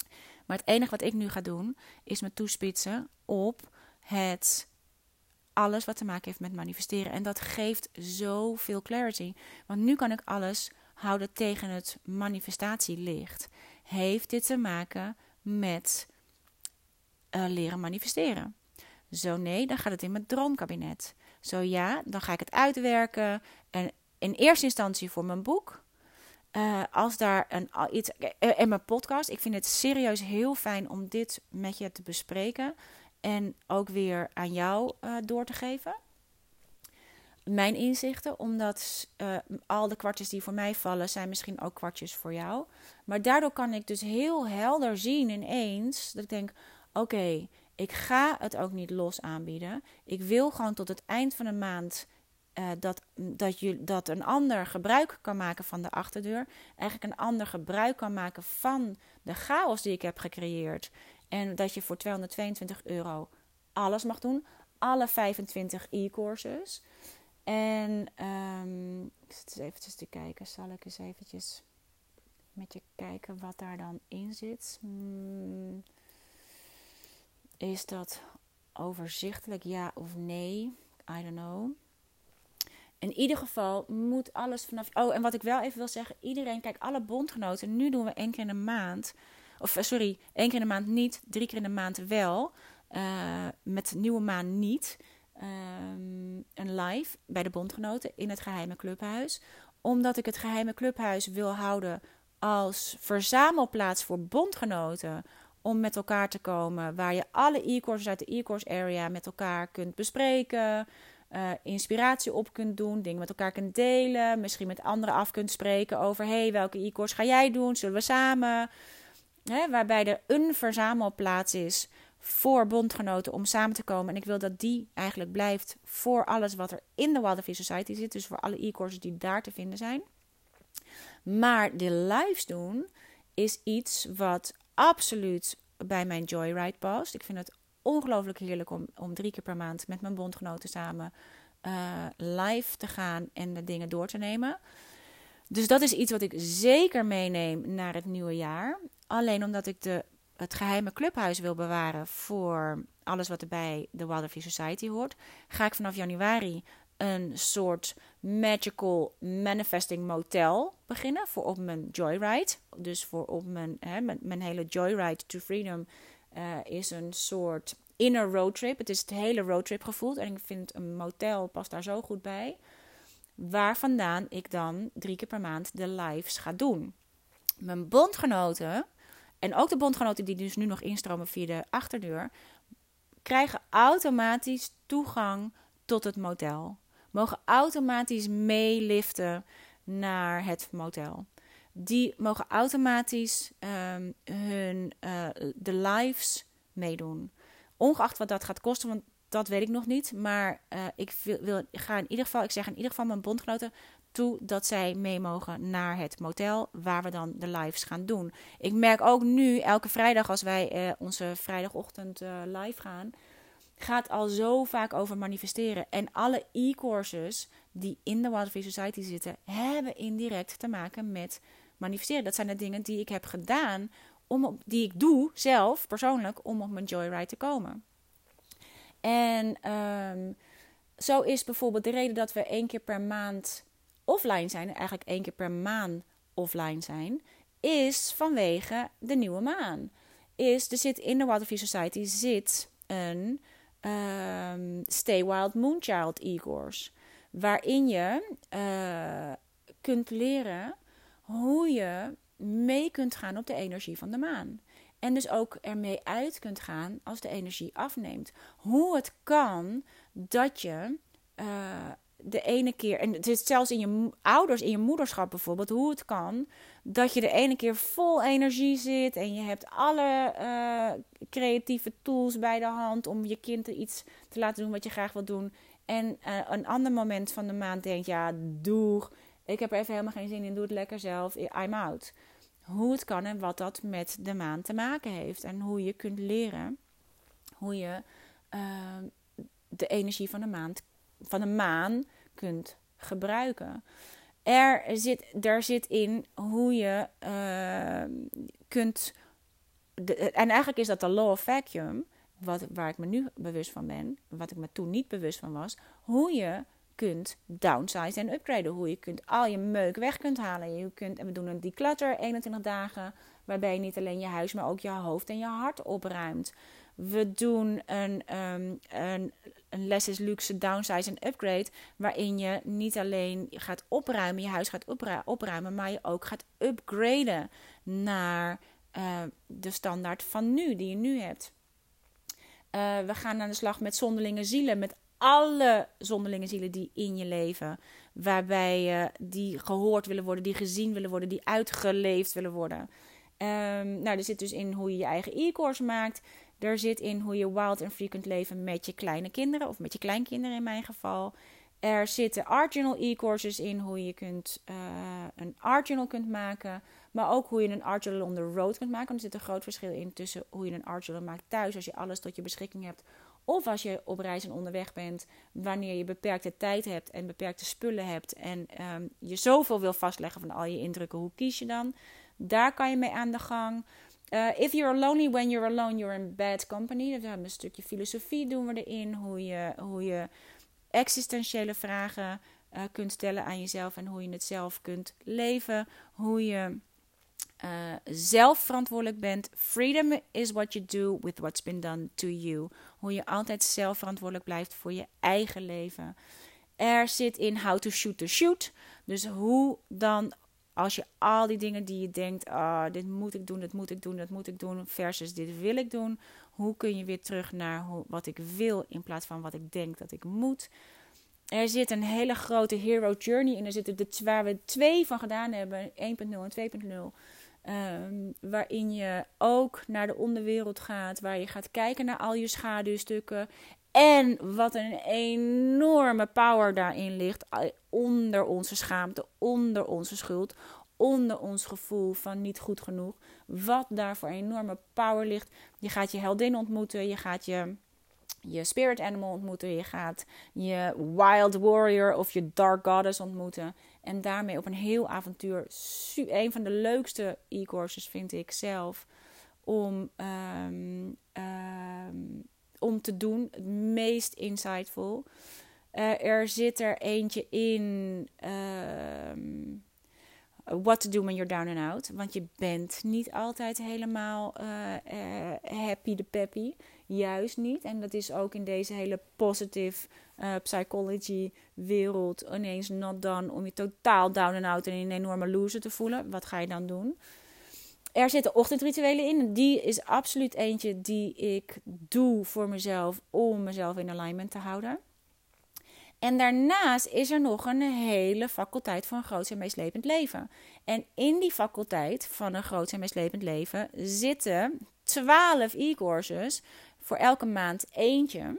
Maar het enige wat ik nu ga doen, is me toespitsen op het alles wat te maken heeft met manifesteren. En dat geeft zoveel clarity. Want nu kan ik alles houden tegen het manifestatielicht. Heeft dit te maken met uh, leren manifesteren? Zo nee, dan gaat het in mijn droomkabinet. Zo ja, dan ga ik het uitwerken. En in eerste instantie voor mijn boek. Uh, als daar een iets. En mijn podcast. Ik vind het serieus heel fijn om dit met je te bespreken. En ook weer aan jou uh, door te geven. Mijn inzichten. Omdat uh, al de kwartjes die voor mij vallen, zijn misschien ook kwartjes voor jou. Maar daardoor kan ik dus heel helder zien ineens. Dat ik denk, oké, okay, ik ga het ook niet los aanbieden. Ik wil gewoon tot het eind van de maand uh, dat, dat, je, dat een ander gebruik kan maken van de achterdeur. Eigenlijk een ander gebruik kan maken van de chaos die ik heb gecreëerd. En dat je voor tweehonderdtweeëntwintig euro alles mag doen. Alle vijfentwintig e-courses. En um, ik zit eens eventjes te kijken. Zal ik eens eventjes met je kijken wat daar dan in zit. Hmm. Is dat overzichtelijk, ja of nee? I don't know. In ieder geval moet alles vanaf... Oh, en wat ik wel even wil zeggen. Iedereen, kijk, alle bondgenoten. Nu doen we één keer in de maand. Of sorry, één keer in de maand niet. Drie keer in de maand wel. Uh, met nieuwe maan niet. Um, een live bij de bondgenoten in het geheime clubhuis. Omdat ik het geheime clubhuis wil houden als verzamelplaats voor bondgenoten. Om met elkaar te komen. Waar je alle e-courses uit de e-course area met elkaar kunt bespreken. Uh, inspiratie op kunt doen. Dingen met elkaar kunt delen. Misschien met anderen af kunt spreken over... Hey, welke e-course ga jij doen? Zullen we samen? Hè, waarbij er een verzamelplaats is voor bondgenoten om samen te komen. En ik wil dat die eigenlijk blijft voor alles wat er in de Wilder Fish Society zit. Dus voor alle e-courses die daar te vinden zijn. Maar de lives doen is iets wat absoluut bij mijn Joyride past. Ik vind het ongelooflijk heerlijk om, om drie keer per maand met mijn bondgenoten samen uh, live te gaan en de dingen door te nemen. Dus dat is iets wat ik zeker meeneem naar het nieuwe jaar. Alleen omdat ik de, het geheime clubhuis wil bewaren voor alles wat er bij de Wilder Fish Society hoort, ga ik vanaf januari een soort magical manifesting motel beginnen voor op mijn Joyride. Dus voor op mijn, hè, mijn, mijn hele Joyride to Freedom uh, is een soort inner roadtrip. Het is het hele roadtrip gevoeld en ik vind een motel past daar zo goed bij. Waar vandaan ik dan drie keer per maand de lives ga doen. Mijn bondgenoten, en ook de bondgenoten die dus nu nog instromen via de achterdeur, krijgen automatisch toegang tot het motel. Mogen automatisch meeliften naar het motel. Die mogen automatisch um, hun, uh, de lives meedoen. Ongeacht wat dat gaat kosten, want dat weet ik nog niet. Maar uh, ik wil, wil, ga in ieder geval, ik zeg in ieder geval mijn bondgenoten toe dat zij mee mogen naar het motel waar we dan de lives gaan doen. Ik merk ook nu, elke vrijdag als wij uh, onze vrijdagochtend uh, live gaan, gaat al zo vaak over manifesteren. En alle e-courses die in de Wilder Fish Society zitten, hebben indirect te maken met manifesteren. Dat zijn de dingen die ik heb gedaan, om op, die ik doe zelf persoonlijk, om op mijn Joyride te komen. En um, zo is bijvoorbeeld de reden dat we één keer per maand offline zijn, eigenlijk één keer per maand offline zijn, is vanwege de nieuwe maan. Is, er zit in de Wilder Fish Society zit een um, Stay Wild Moonchild e-course, waarin je uh, kunt leren hoe je mee kunt gaan op de energie van de maan. En dus ook ermee uit kunt gaan als de energie afneemt. Hoe het kan dat je uh, de ene keer, en het is zelfs in je ouders, in je moederschap bijvoorbeeld, hoe het kan dat je de ene keer vol energie zit en je hebt alle uh, creatieve tools bij de hand om je kind iets te laten doen wat je graag wilt doen. En uh, een ander moment van de maand denk je, ja, doeg, ik heb er even helemaal geen zin in, doe het lekker zelf, I'm out. Hoe het kan en wat dat met de maan te maken heeft. En hoe je kunt leren hoe je uh, de energie van de, maan, van de maan kunt gebruiken. Er zit, er zit in hoe je uh, kunt de, en eigenlijk is dat de law of vacuum, wat, waar ik me nu bewust van ben, wat ik me toen niet bewust van was, hoe je kunt downsize en upgraden, hoe je kunt al je meuk weg kunt halen. Je kunt, en we doen een declutter, eenentwintig dagen, waarbij je niet alleen je huis, maar ook je hoofd en je hart opruimt. We doen een, um, een, een less is luxe downsize en upgrade, waarin je niet alleen gaat opruimen, je huis gaat opru- opruimen, maar je ook gaat upgraden naar uh, de standaard van nu, die je nu hebt. Uh, we gaan aan de slag met zonderlinge zielen, met alle zonderlinge zielen die in je leven, waarbij uh, die gehoord willen worden, die gezien willen worden, die uitgeleefd willen worden. Um, nou, er zit dus in hoe je je eigen e-course maakt. Er zit in hoe je wild en free kunt leven met je kleine kinderen, of met je kleinkinderen in mijn geval. Er zitten art journal e-courses in, hoe je kunt, uh, een art journal kunt maken, maar ook hoe je een art journal on the road kunt maken. Want er zit een groot verschil in tussen hoe je een art journal maakt thuis, als je alles tot je beschikking hebt, of als je op reis en onderweg bent, wanneer je beperkte tijd hebt en beperkte spullen hebt en um, je zoveel wil vastleggen van al je indrukken. Hoe kies je dan? Daar kan je mee aan de gang. Uh, if you're lonely when you're alone, you're in bad company. We hebben een stukje filosofie doen we erin. Hoe je, hoe je existentiële vragen uh, kunt stellen aan jezelf. En hoe je het zelf kunt leven. Hoe je uh, zelf verantwoordelijk bent. Freedom is what you do with what's been done to you. Hoe je altijd zelf verantwoordelijk blijft voor je eigen leven. Er zit in how to shoot the shoot. Dus hoe dan, als je al die dingen die je denkt, ah, dit moet ik doen, dit moet ik doen, dat moet ik doen, versus dit wil ik doen. Hoe kun je weer terug naar hoe, wat ik wil in plaats van wat ik denk dat ik moet. Er zit een hele grote hero journey in. Er zitten de, waar we twee van gedaan hebben, één punt nul en twee punt nul. Um, waarin je ook naar de onderwereld gaat, waar je gaat kijken naar al je schaduwstukken. En wat een enorme power daarin ligt, onder onze schaamte, onder onze schuld, onder ons gevoel van niet goed genoeg. Wat daar voor enorme power ligt. Je gaat je heldin ontmoeten, je gaat je, je spirit animal ontmoeten, je gaat je wild warrior of je dark goddess ontmoeten. En daarmee op een heel avontuur, een van de leukste e-courses vind ik zelf, om... Um, um, om te doen, het meest insightful. Uh, er zit er eentje in, um, what to do when you're down and out. Want je bent niet altijd helemaal uh, uh, happy de peppy. Juist niet. En dat is ook in deze hele positive uh, psychology wereld ineens not done, om je totaal down and out en een enorme loser te voelen. Wat ga je dan doen? Er zitten ochtendrituelen in. Die is absoluut eentje die ik doe voor mezelf om mezelf in alignment te houden. En daarnaast is er nog een hele faculteit voor een groots en meeslepend leven. En in die faculteit van een groots en meeslepend leven zitten twaalf e-courses, voor elke maand eentje.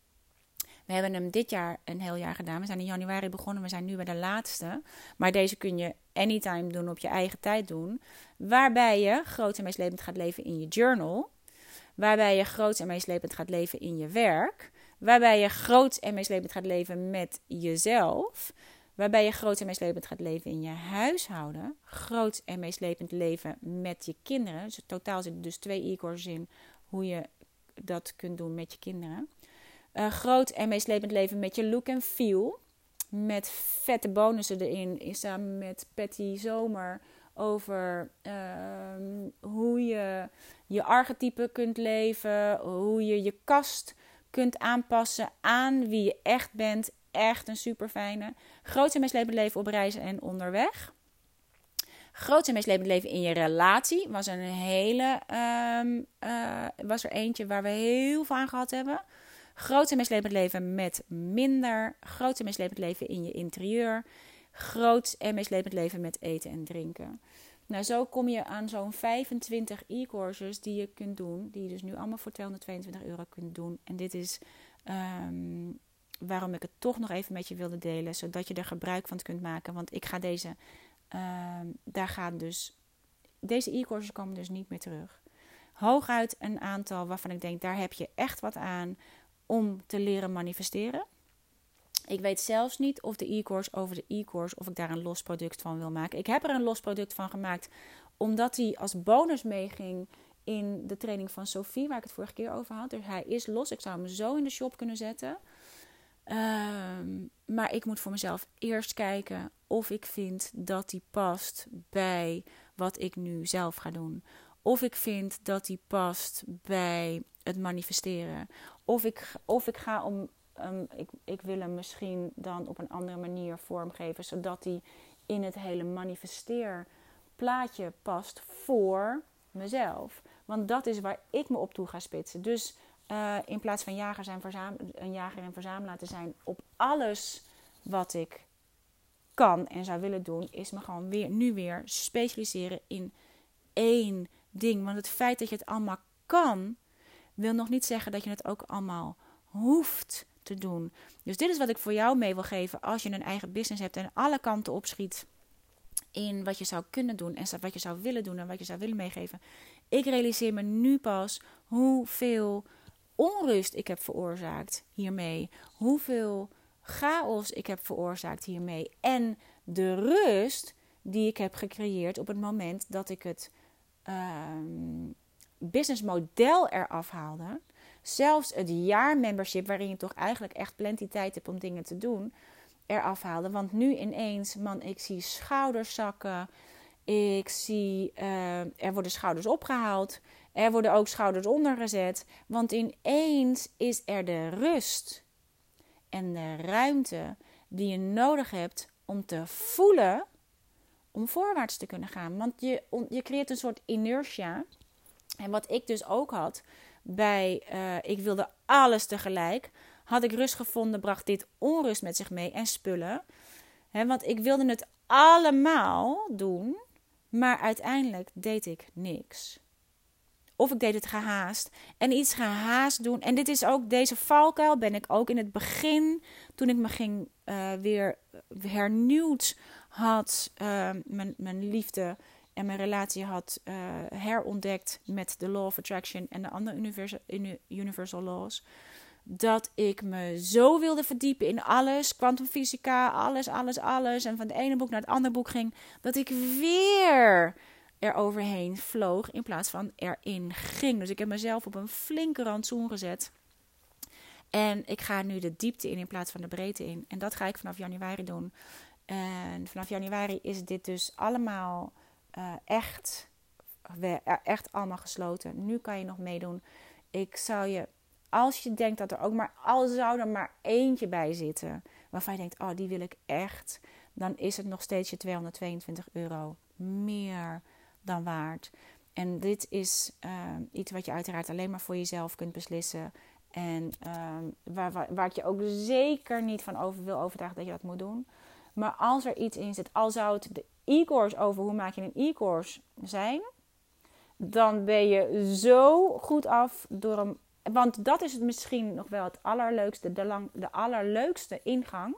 We hebben hem dit jaar een heel jaar gedaan. We zijn in januari begonnen. We zijn nu bij de laatste. Maar deze kun je anytime doen, op je eigen tijd doen. Waarbij je groots en meeslepend gaat leven in je journal. Waarbij je groots en meeslepend gaat leven in je werk. Waarbij je groots en meeslepend gaat leven met jezelf. Waarbij je groots en meeslepend gaat leven in je huishouden. Groots en meeslepend leven met je kinderen. Dus totaal zitten dus twee e-courses in hoe je dat kunt doen met je kinderen. Uh, groot en meeslepend leven met je look en feel. Met vette bonussen erin. Samen met Patty Zomer. Over uh, hoe je je archetype kunt leven. Hoe je je kast kunt aanpassen aan wie je echt bent. Echt een super fijne. Groot en meeslepend leven op reizen en onderweg. Groot en meeslepend leven in je relatie. Was een hele, um, uh, was er eentje waar we heel veel aan gehad hebben. Groot en meeslepend leven met minder. Groot en meeslepend leven in je interieur. Groot en meeslepend leven met eten en drinken. Nou, zo kom je aan zo'n vijfentwintig e-courses die je kunt doen. Die je dus nu allemaal voor tweehonderdtweeëntwintig euro kunt doen. En dit is um, waarom ik het toch nog even met je wilde delen. Zodat je er gebruik van kunt maken. Want ik ga deze, um, daar gaan dus, deze e-courses komen dus niet meer terug. Hooguit een aantal waarvan ik denk, daar heb je echt wat aan om te leren manifesteren. Ik weet zelfs niet of de e-course over de e-course, of ik daar een los product van wil maken. Ik heb er een los product van gemaakt, omdat die als bonus meeging in de training van Sophie, waar ik het vorige keer over had. Dus hij is los. Ik zou hem zo in de shop kunnen zetten. Um, maar ik moet voor mezelf eerst kijken of ik vind dat die past bij wat ik nu zelf ga doen. Of ik vind dat die past bij het manifesteren. Of ik, of ik ga om... Um, ik, ik wil hem misschien dan op een andere manier vormgeven, zodat hij in het hele manifesteerplaatje past voor mezelf. Want dat is waar ik me op toe ga spitsen. Dus uh, in plaats van jagers en verzam- een jager en verzamelaar te zijn op alles wat ik kan en zou willen doen, is me gewoon weer, nu weer specialiseren in één ding. Want het feit dat je het allemaal kan, wil nog niet zeggen dat je het ook allemaal hoeft te doen. Dus dit is wat ik voor jou mee wil geven als je een eigen business hebt en alle kanten opschiet in wat je zou kunnen doen en wat je zou willen doen en wat je zou willen meegeven. Ik realiseer me nu pas hoeveel onrust ik heb veroorzaakt hiermee. Hoeveel chaos ik heb veroorzaakt hiermee. En de rust die ik heb gecreëerd op het moment dat ik het um, businessmodel eraf haalde. Zelfs het jaarmembership, waarin je toch eigenlijk echt plenty tijd hebt om dingen te doen, eraf haalde. Want nu ineens, man, ik zie schouders zakken. Ik zie, uh, er worden schouders opgehaald. Er worden ook schouders ondergezet. Want ineens is er de rust en de ruimte die je nodig hebt om te voelen, om voorwaarts te kunnen gaan. Want je, je creëert een soort inertia. En wat ik dus ook had bij, uh, ik wilde alles tegelijk. Had ik rust gevonden, bracht dit onrust met zich mee en spullen. He, want ik wilde het allemaal doen, maar uiteindelijk deed ik niks. Of ik deed het gehaast. En iets gehaast doen. En dit is ook, deze valkuil ben ik ook in het begin, toen ik me ging uh, weer hernieuwd had, uh, mijn, mijn liefde en mijn relatie had uh, herontdekt met de Law of Attraction en de andere universal, universal laws. Dat ik me zo wilde verdiepen in alles, kwantumfysica, alles, alles, alles. En van het ene boek naar het andere boek ging, dat ik weer er overheen vloog in plaats van erin ging. Dus ik heb mezelf op een flinke rantsoen gezet. En ik ga nu de diepte in in plaats van de breedte in. En dat ga ik vanaf januari doen. En vanaf januari is dit dus allemaal uh, echt, echt allemaal gesloten. Nu kan je nog meedoen. Ik zou je, als je denkt dat er ook maar, al zou er maar eentje bij zitten, waarvan je denkt, oh, die wil ik echt, dan is het nog steeds je tweehonderdtweeëntwintig euro meer dan waard. En dit is uh, iets wat je uiteraard alleen maar voor jezelf kunt beslissen. En uh, waar, waar, waar ik je ook zeker niet van over wil overtuigen dat je dat moet doen. Maar als er iets in zit, al zou het de e-course over hoe maak je een e-course zijn, dan ben je zo goed af door hem. Want dat is het misschien nog wel het allerleukste, de, lang, de allerleukste ingang.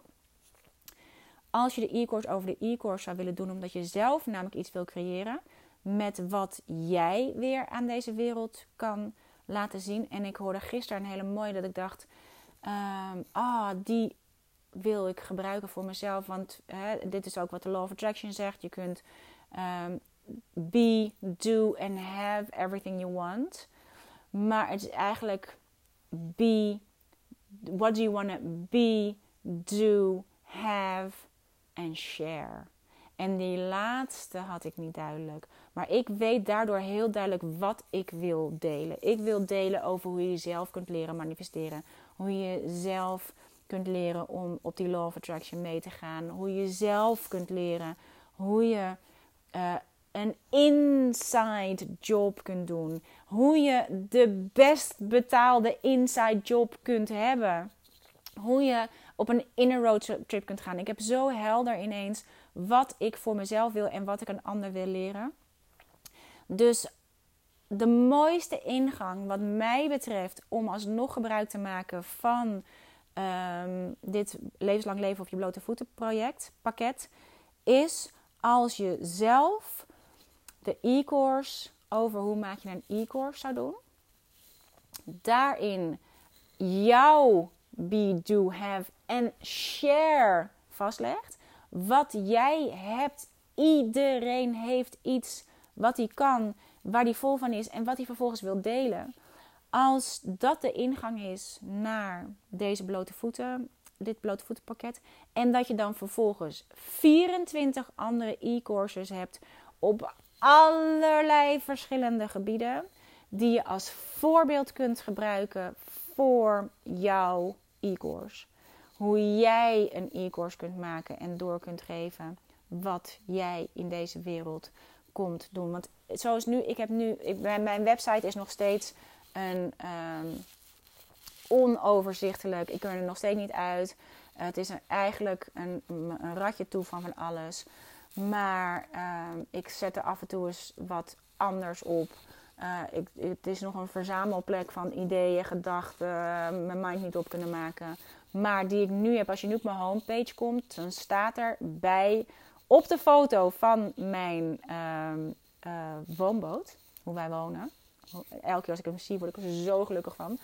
Als je de e-course over de e-course zou willen doen, omdat je zelf namelijk iets wil creëren met wat jij weer aan deze wereld kan laten zien. En ik hoorde gisteren een hele mooie dat ik dacht, um, ah, die wil ik gebruiken voor mezelf. Want hè, dit is ook wat de Law of Attraction zegt. Je kunt um, be, do and have everything you want. Maar het is eigenlijk be, what do you want to be, do, have and share. En die laatste had ik niet duidelijk. Maar ik weet daardoor heel duidelijk wat ik wil delen. Ik wil delen over hoe je jezelf kunt leren manifesteren. Hoe je zelf kunt leren om op die Law of Attraction mee te gaan. Hoe je zelf kunt leren hoe je uh, een inside job kunt doen. Hoe je de best betaalde inside job kunt hebben. Hoe je op een inner road trip kunt gaan. Ik heb zo helder ineens wat ik voor mezelf wil en wat ik een ander wil leren. Dus de mooiste ingang wat mij betreft om alsnog gebruik te maken van um, dit levenslang leven op je blote voeten project, pakket, is als je zelf de e-course over hoe maak je een e-course zou doen. Daarin jouw be, do, have en share vastlegt. Wat jij hebt. Iedereen heeft iets wat hij kan waar hij vol van is en wat hij vervolgens wil delen. Als dat de ingang is naar deze blote voeten, dit blote voetenpakket. En dat je dan vervolgens vierentwintig andere e-courses hebt op allerlei verschillende gebieden. Die je als voorbeeld kunt gebruiken voor jouw e-course. Hoe jij een e-course kunt maken en door kunt geven wat jij in deze wereld komt doen. Want zoals nu, ik heb nu, ik, mijn website is nog steeds een um, onoverzichtelijk. Ik kan er nog steeds niet uit. Uh, het is een, eigenlijk een, een ratje toe van van alles. Maar uh, ik zet er af en toe eens wat anders op. Uh, ik, het is nog een verzamelplek van ideeën, gedachten, uh, mijn mind niet op kunnen maken. Maar die ik nu heb, als je nu op mijn homepage komt, dan staat er bij op de foto van mijn uh, uh, woonboot, hoe wij wonen. Elke keer als ik hem zie, word ik er zo gelukkig van.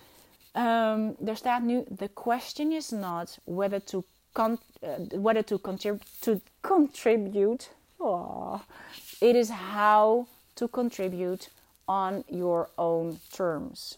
Um, er staat nu: the question is not whether to, con- uh, whether to, contrib- to contribute. Oh. It is how to contribute on your own terms.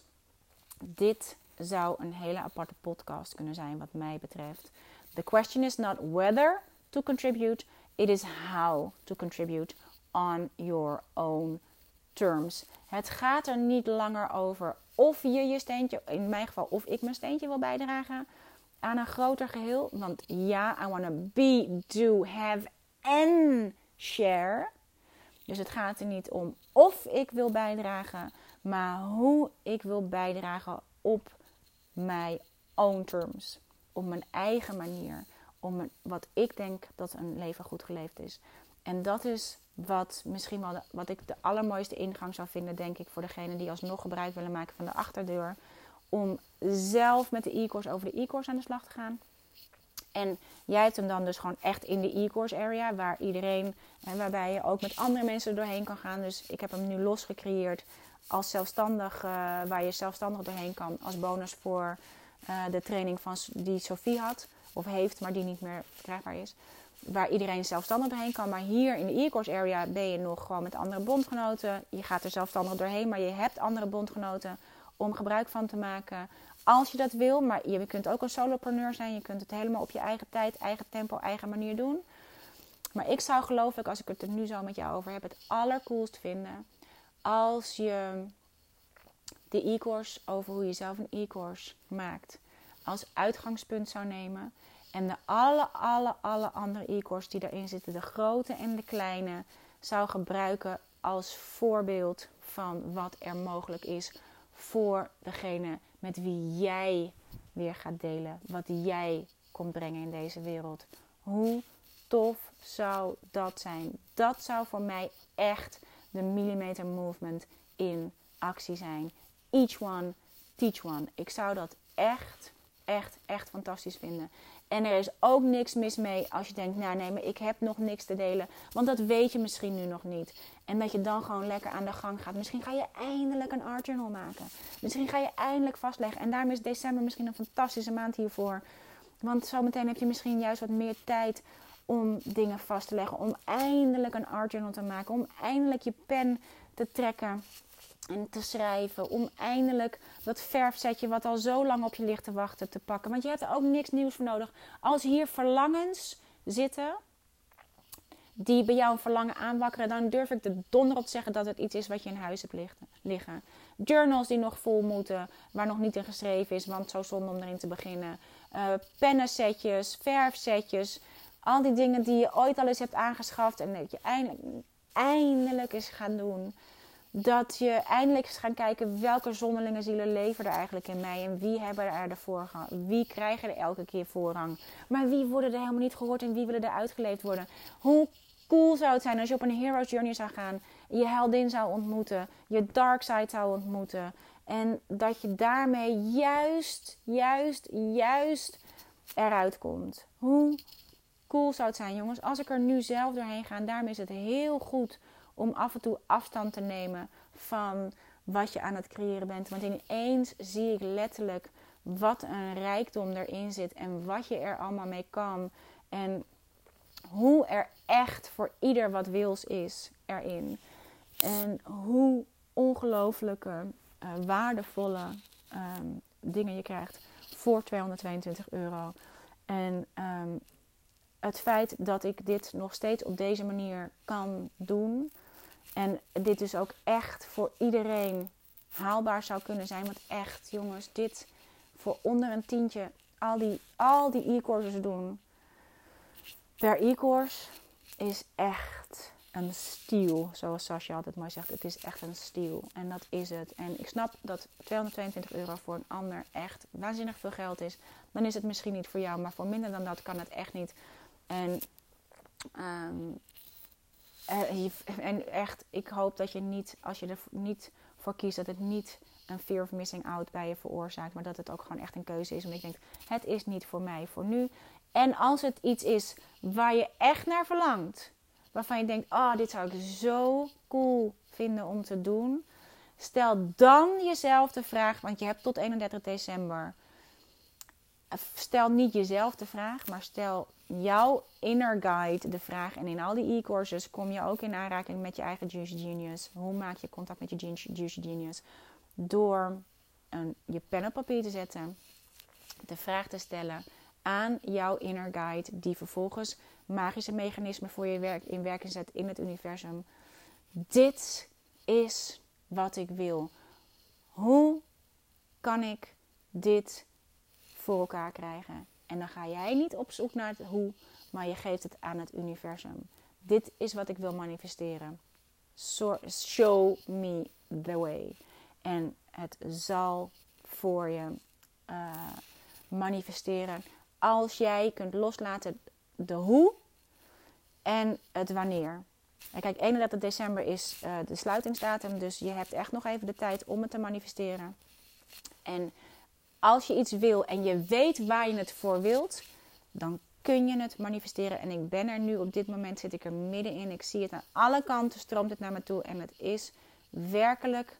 Dit zou een hele aparte podcast kunnen zijn wat mij betreft. The question is not whether to contribute. It is how to contribute on your own terms. Het gaat er niet langer over of je je steentje, in mijn geval of ik mijn steentje wil bijdragen aan een groter geheel. Want ja, I want to be, do, have and share. Dus het gaat er niet om of ik wil bijdragen, maar hoe ik wil bijdragen op mijn own terms. Op mijn eigen manier. Op mijn, wat ik denk dat een leven goed geleefd is. En dat is wat misschien wel de, wat ik de allermooiste ingang zou vinden, denk ik, voor degenen die alsnog gebruik willen maken van de achterdeur. Om zelf met de e-course over de e-course aan de slag te gaan. En jij hebt hem dan dus gewoon echt in de e-course area, waar iedereen, en waarbij je ook met andere mensen er doorheen kan gaan. Dus ik heb hem nu los gecreëerd als zelfstandig, uh, waar je zelfstandig doorheen kan, als bonus voor uh, de training van, die Sophie had, of heeft, maar die niet meer verkrijgbaar is. Waar iedereen zelfstandig doorheen kan. Maar hier in de e-course area ben je nog gewoon met andere bondgenoten. Je gaat er zelfstandig doorheen, maar je hebt andere bondgenoten om gebruik van te maken. Als je dat wil, maar je kunt ook een solopreneur zijn. Je kunt het helemaal op je eigen tijd, eigen tempo, eigen manier doen. Maar ik zou geloof ik, als ik het er nu zo met jou over heb, het allercoolst vinden als je de e-course over hoe je zelf een e-course maakt als uitgangspunt zou nemen. En de alle, alle, alle andere e-courses die daarin zitten, de grote en de kleine, zou gebruiken als voorbeeld van wat er mogelijk is voor degene met wie jij weer gaat delen. Wat jij komt brengen in deze wereld. Hoe tof zou dat zijn? Dat zou voor mij echt de millimeter movement in actie zijn. Each one, teach one. Ik zou dat echt, echt, echt fantastisch vinden. En er is ook niks mis mee als je denkt, nou nee, maar ik heb nog niks te delen. Want dat weet je misschien nu nog niet. En dat je dan gewoon lekker aan de gang gaat. Misschien ga je eindelijk een art journal maken. Misschien ga je eindelijk vastleggen. En daarom is december misschien een fantastische maand hiervoor. Want zometeen heb je misschien juist wat meer tijd om dingen vast te leggen. Om eindelijk een art journal te maken. Om eindelijk je pen te trekken en te schrijven. Om eindelijk dat verfsetje wat al zo lang op je ligt te wachten te pakken. Want je hebt er ook niks nieuws voor nodig. Als hier verlangens zitten die bij jou een verlangen aanwakkeren, dan durf ik de donder op te zeggen dat het iets is wat je in huis hebt liggen. Journals die nog vol moeten, waar nog niet in geschreven is, want zo zonde om erin te beginnen. Uh, pennensetjes, verfsetjes, al die dingen die je ooit al eens hebt aangeschaft en dat je eindelijk, eindelijk eens gaat doen. Dat je eindelijk eens gaat kijken welke zonderlinge zielen leven er eigenlijk in mij. En wie hebben er de voorrang. Wie krijgen er elke keer voorrang. Maar wie worden er helemaal niet gehoord en wie willen er uitgeleefd worden. Hoe cool zou het zijn als je op een hero's journey zou gaan. Je heldin zou ontmoeten. Je dark side zou ontmoeten. En dat je daarmee juist, juist, juist eruit komt. Hoe cool zou het zijn, jongens. Als ik er nu zelf doorheen ga. En daarmee is het heel goed om af en toe afstand te nemen van wat je aan het creëren bent. Want ineens zie ik letterlijk wat een rijkdom erin zit. En wat je er allemaal mee kan. En hoe er echt voor ieder wat wils is erin. En hoe ongelooflijke, uh, waardevolle um, dingen je krijgt voor tweehonderdtweeëntwintig euro. En um, het feit dat ik dit nog steeds op deze manier kan doen. En dit dus ook echt voor iedereen haalbaar zou kunnen zijn. Want echt, jongens, dit voor onder een tientje, al die, al die e-courses doen. Per e-course is echt een steal. Zoals Sascha altijd maar zegt, het is echt een steal. En dat is het. En ik snap dat tweehonderdtweeëntwintig euro voor een ander echt waanzinnig veel geld is. Dan is het misschien niet voor jou, maar voor minder dan dat kan het echt niet. En, um, en echt, ik hoop dat je niet, als je er niet voor kiest, dat het niet een fear of missing out bij je veroorzaakt. Maar dat het ook gewoon echt een keuze is. Omdat ik denk, het is niet voor mij, voor nu. En als het iets is waar je echt naar verlangt. Waarvan je denkt, oh, dit zou ik zo cool vinden om te doen. Stel dan jezelf de vraag, want je hebt tot eenendertig december. Stel niet jezelf de vraag, maar stel jouw inner guide de vraag. En in al die e-courses kom je ook in aanraking met je eigen Juicy Genius. Hoe maak je contact met je Juicy Genius? Door een, je pen op papier te zetten. De vraag te stellen aan jouw inner guide. Die vervolgens magische mechanismen voor je werk, in werking zet in het universum. Dit is wat ik wil. Hoe kan ik dit voor elkaar krijgen? En dan ga jij niet op zoek naar het hoe, maar je geeft het aan het universum. Dit is wat ik wil manifesteren. So, show me the way. En het zal voor je uh, manifesteren als jij kunt loslaten de hoe en het wanneer. En kijk, eenendertig december is uh, de sluitingsdatum, dus je hebt echt nog even de tijd om het te manifesteren. En als je iets wil en je weet waar je het voor wilt, dan kun je het manifesteren. En ik ben er nu, op dit moment zit ik er middenin. Ik zie het aan alle kanten, stroomt het naar me toe. En het is werkelijk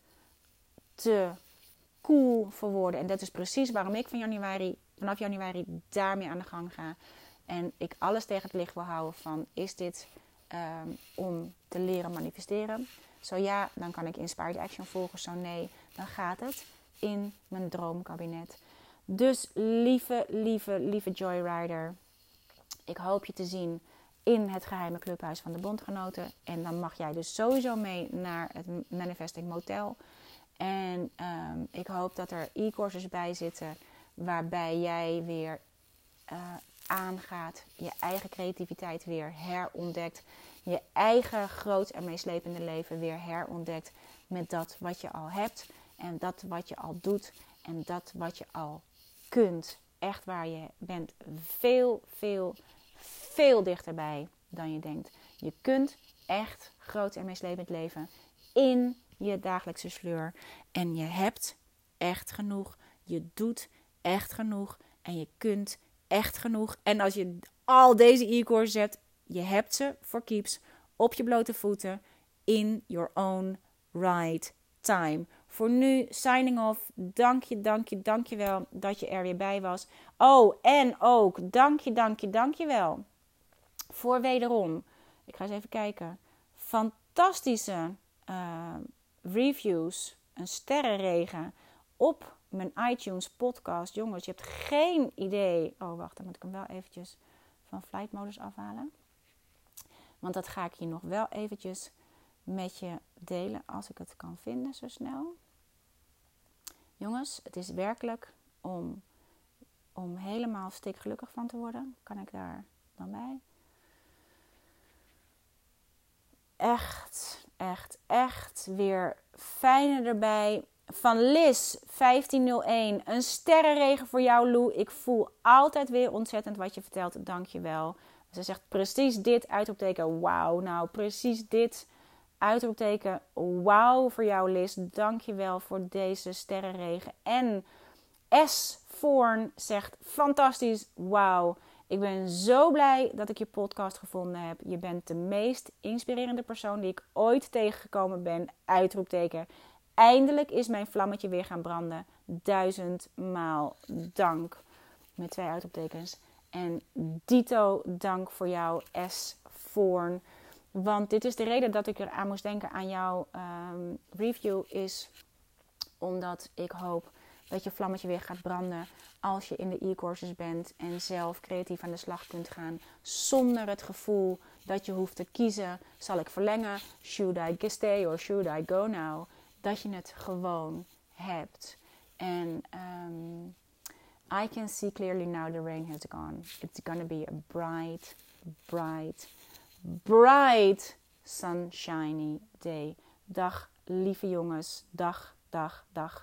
te cool voor woorden. En dat is precies waarom ik van januari, vanaf januari daarmee aan de gang ga. En ik alles tegen het licht wil houden van, is dit um, om te leren manifesteren? Zo ja, dan kan ik Inspired Action volgen. Zo nee, dan gaat het in mijn droomkabinet. Dus lieve, lieve, lieve Joyrider, ik hoop je te zien in het geheime clubhuis van de bondgenoten. En dan mag jij dus sowieso mee naar het Manifesting Motel. En um, ik hoop dat er e-courses bij zitten waarbij jij weer uh, aangaat, je eigen creativiteit weer herontdekt, je eigen groot en meeslepende leven weer herontdekt met dat wat je al hebt en dat wat je al doet en dat wat je al kunt. Echt waar, je bent veel, veel, veel dichterbij dan je denkt. Je kunt echt groot en meeslepend leven in je dagelijkse sleur. En je hebt echt genoeg. Je doet echt genoeg. En je kunt echt genoeg. En als je al deze e-courses hebt, je hebt ze voor keeps op je blote voeten in your own right time. Voor nu, signing off. Dank je, dank je, dank je wel dat je er weer bij was. Oh, en ook, dank je, dank je, dank je wel. Voor wederom, ik ga eens even kijken. Fantastische uh, reviews, een sterrenregen op mijn iTunes podcast. Jongens, je hebt geen idee. Oh, wacht, dan moet ik hem wel eventjes van flight modus afhalen. Want dat ga ik hier nog wel eventjes met je delen als ik het kan vinden zo snel. Jongens, het is werkelijk om, om helemaal stikgelukkig van te worden. Kan ik daar dan bij? Echt, echt, echt weer fijne erbij. Van Liz, vijftien nul één. Een sterrenregen voor jou, Lou. Ik voel altijd weer ontzettend wat je vertelt. Dank je wel. Ze zegt precies dit, uitroepteken. Wauw, nou precies dit, uitroepteken. Wauw voor jou, Liz. Dank je wel voor deze sterrenregen. En S. Voorn zegt fantastisch. Wauw. Ik ben zo blij dat ik je podcast gevonden heb. Je bent de meest inspirerende persoon die ik ooit tegengekomen ben. Uitroepteken. Eindelijk is mijn vlammetje weer gaan branden. Duizendmaal dank. Met twee uitroeptekens. En dito dank voor jou, S. Voorn. Want dit is de reden dat ik eraan moest denken aan jouw um, review. Is omdat ik hoop dat je vlammetje weer gaat branden als je in de e-courses bent en zelf creatief aan de slag kunt gaan. Zonder het gevoel dat je hoeft te kiezen. Zal ik verlengen? Should I stay or should I go now? Dat je het gewoon hebt. En um, I can see clearly now the rain has gone. It's gonna be a bright, bright, bright, sunshiny day. Dag lieve jongens. Dag, dag, dag.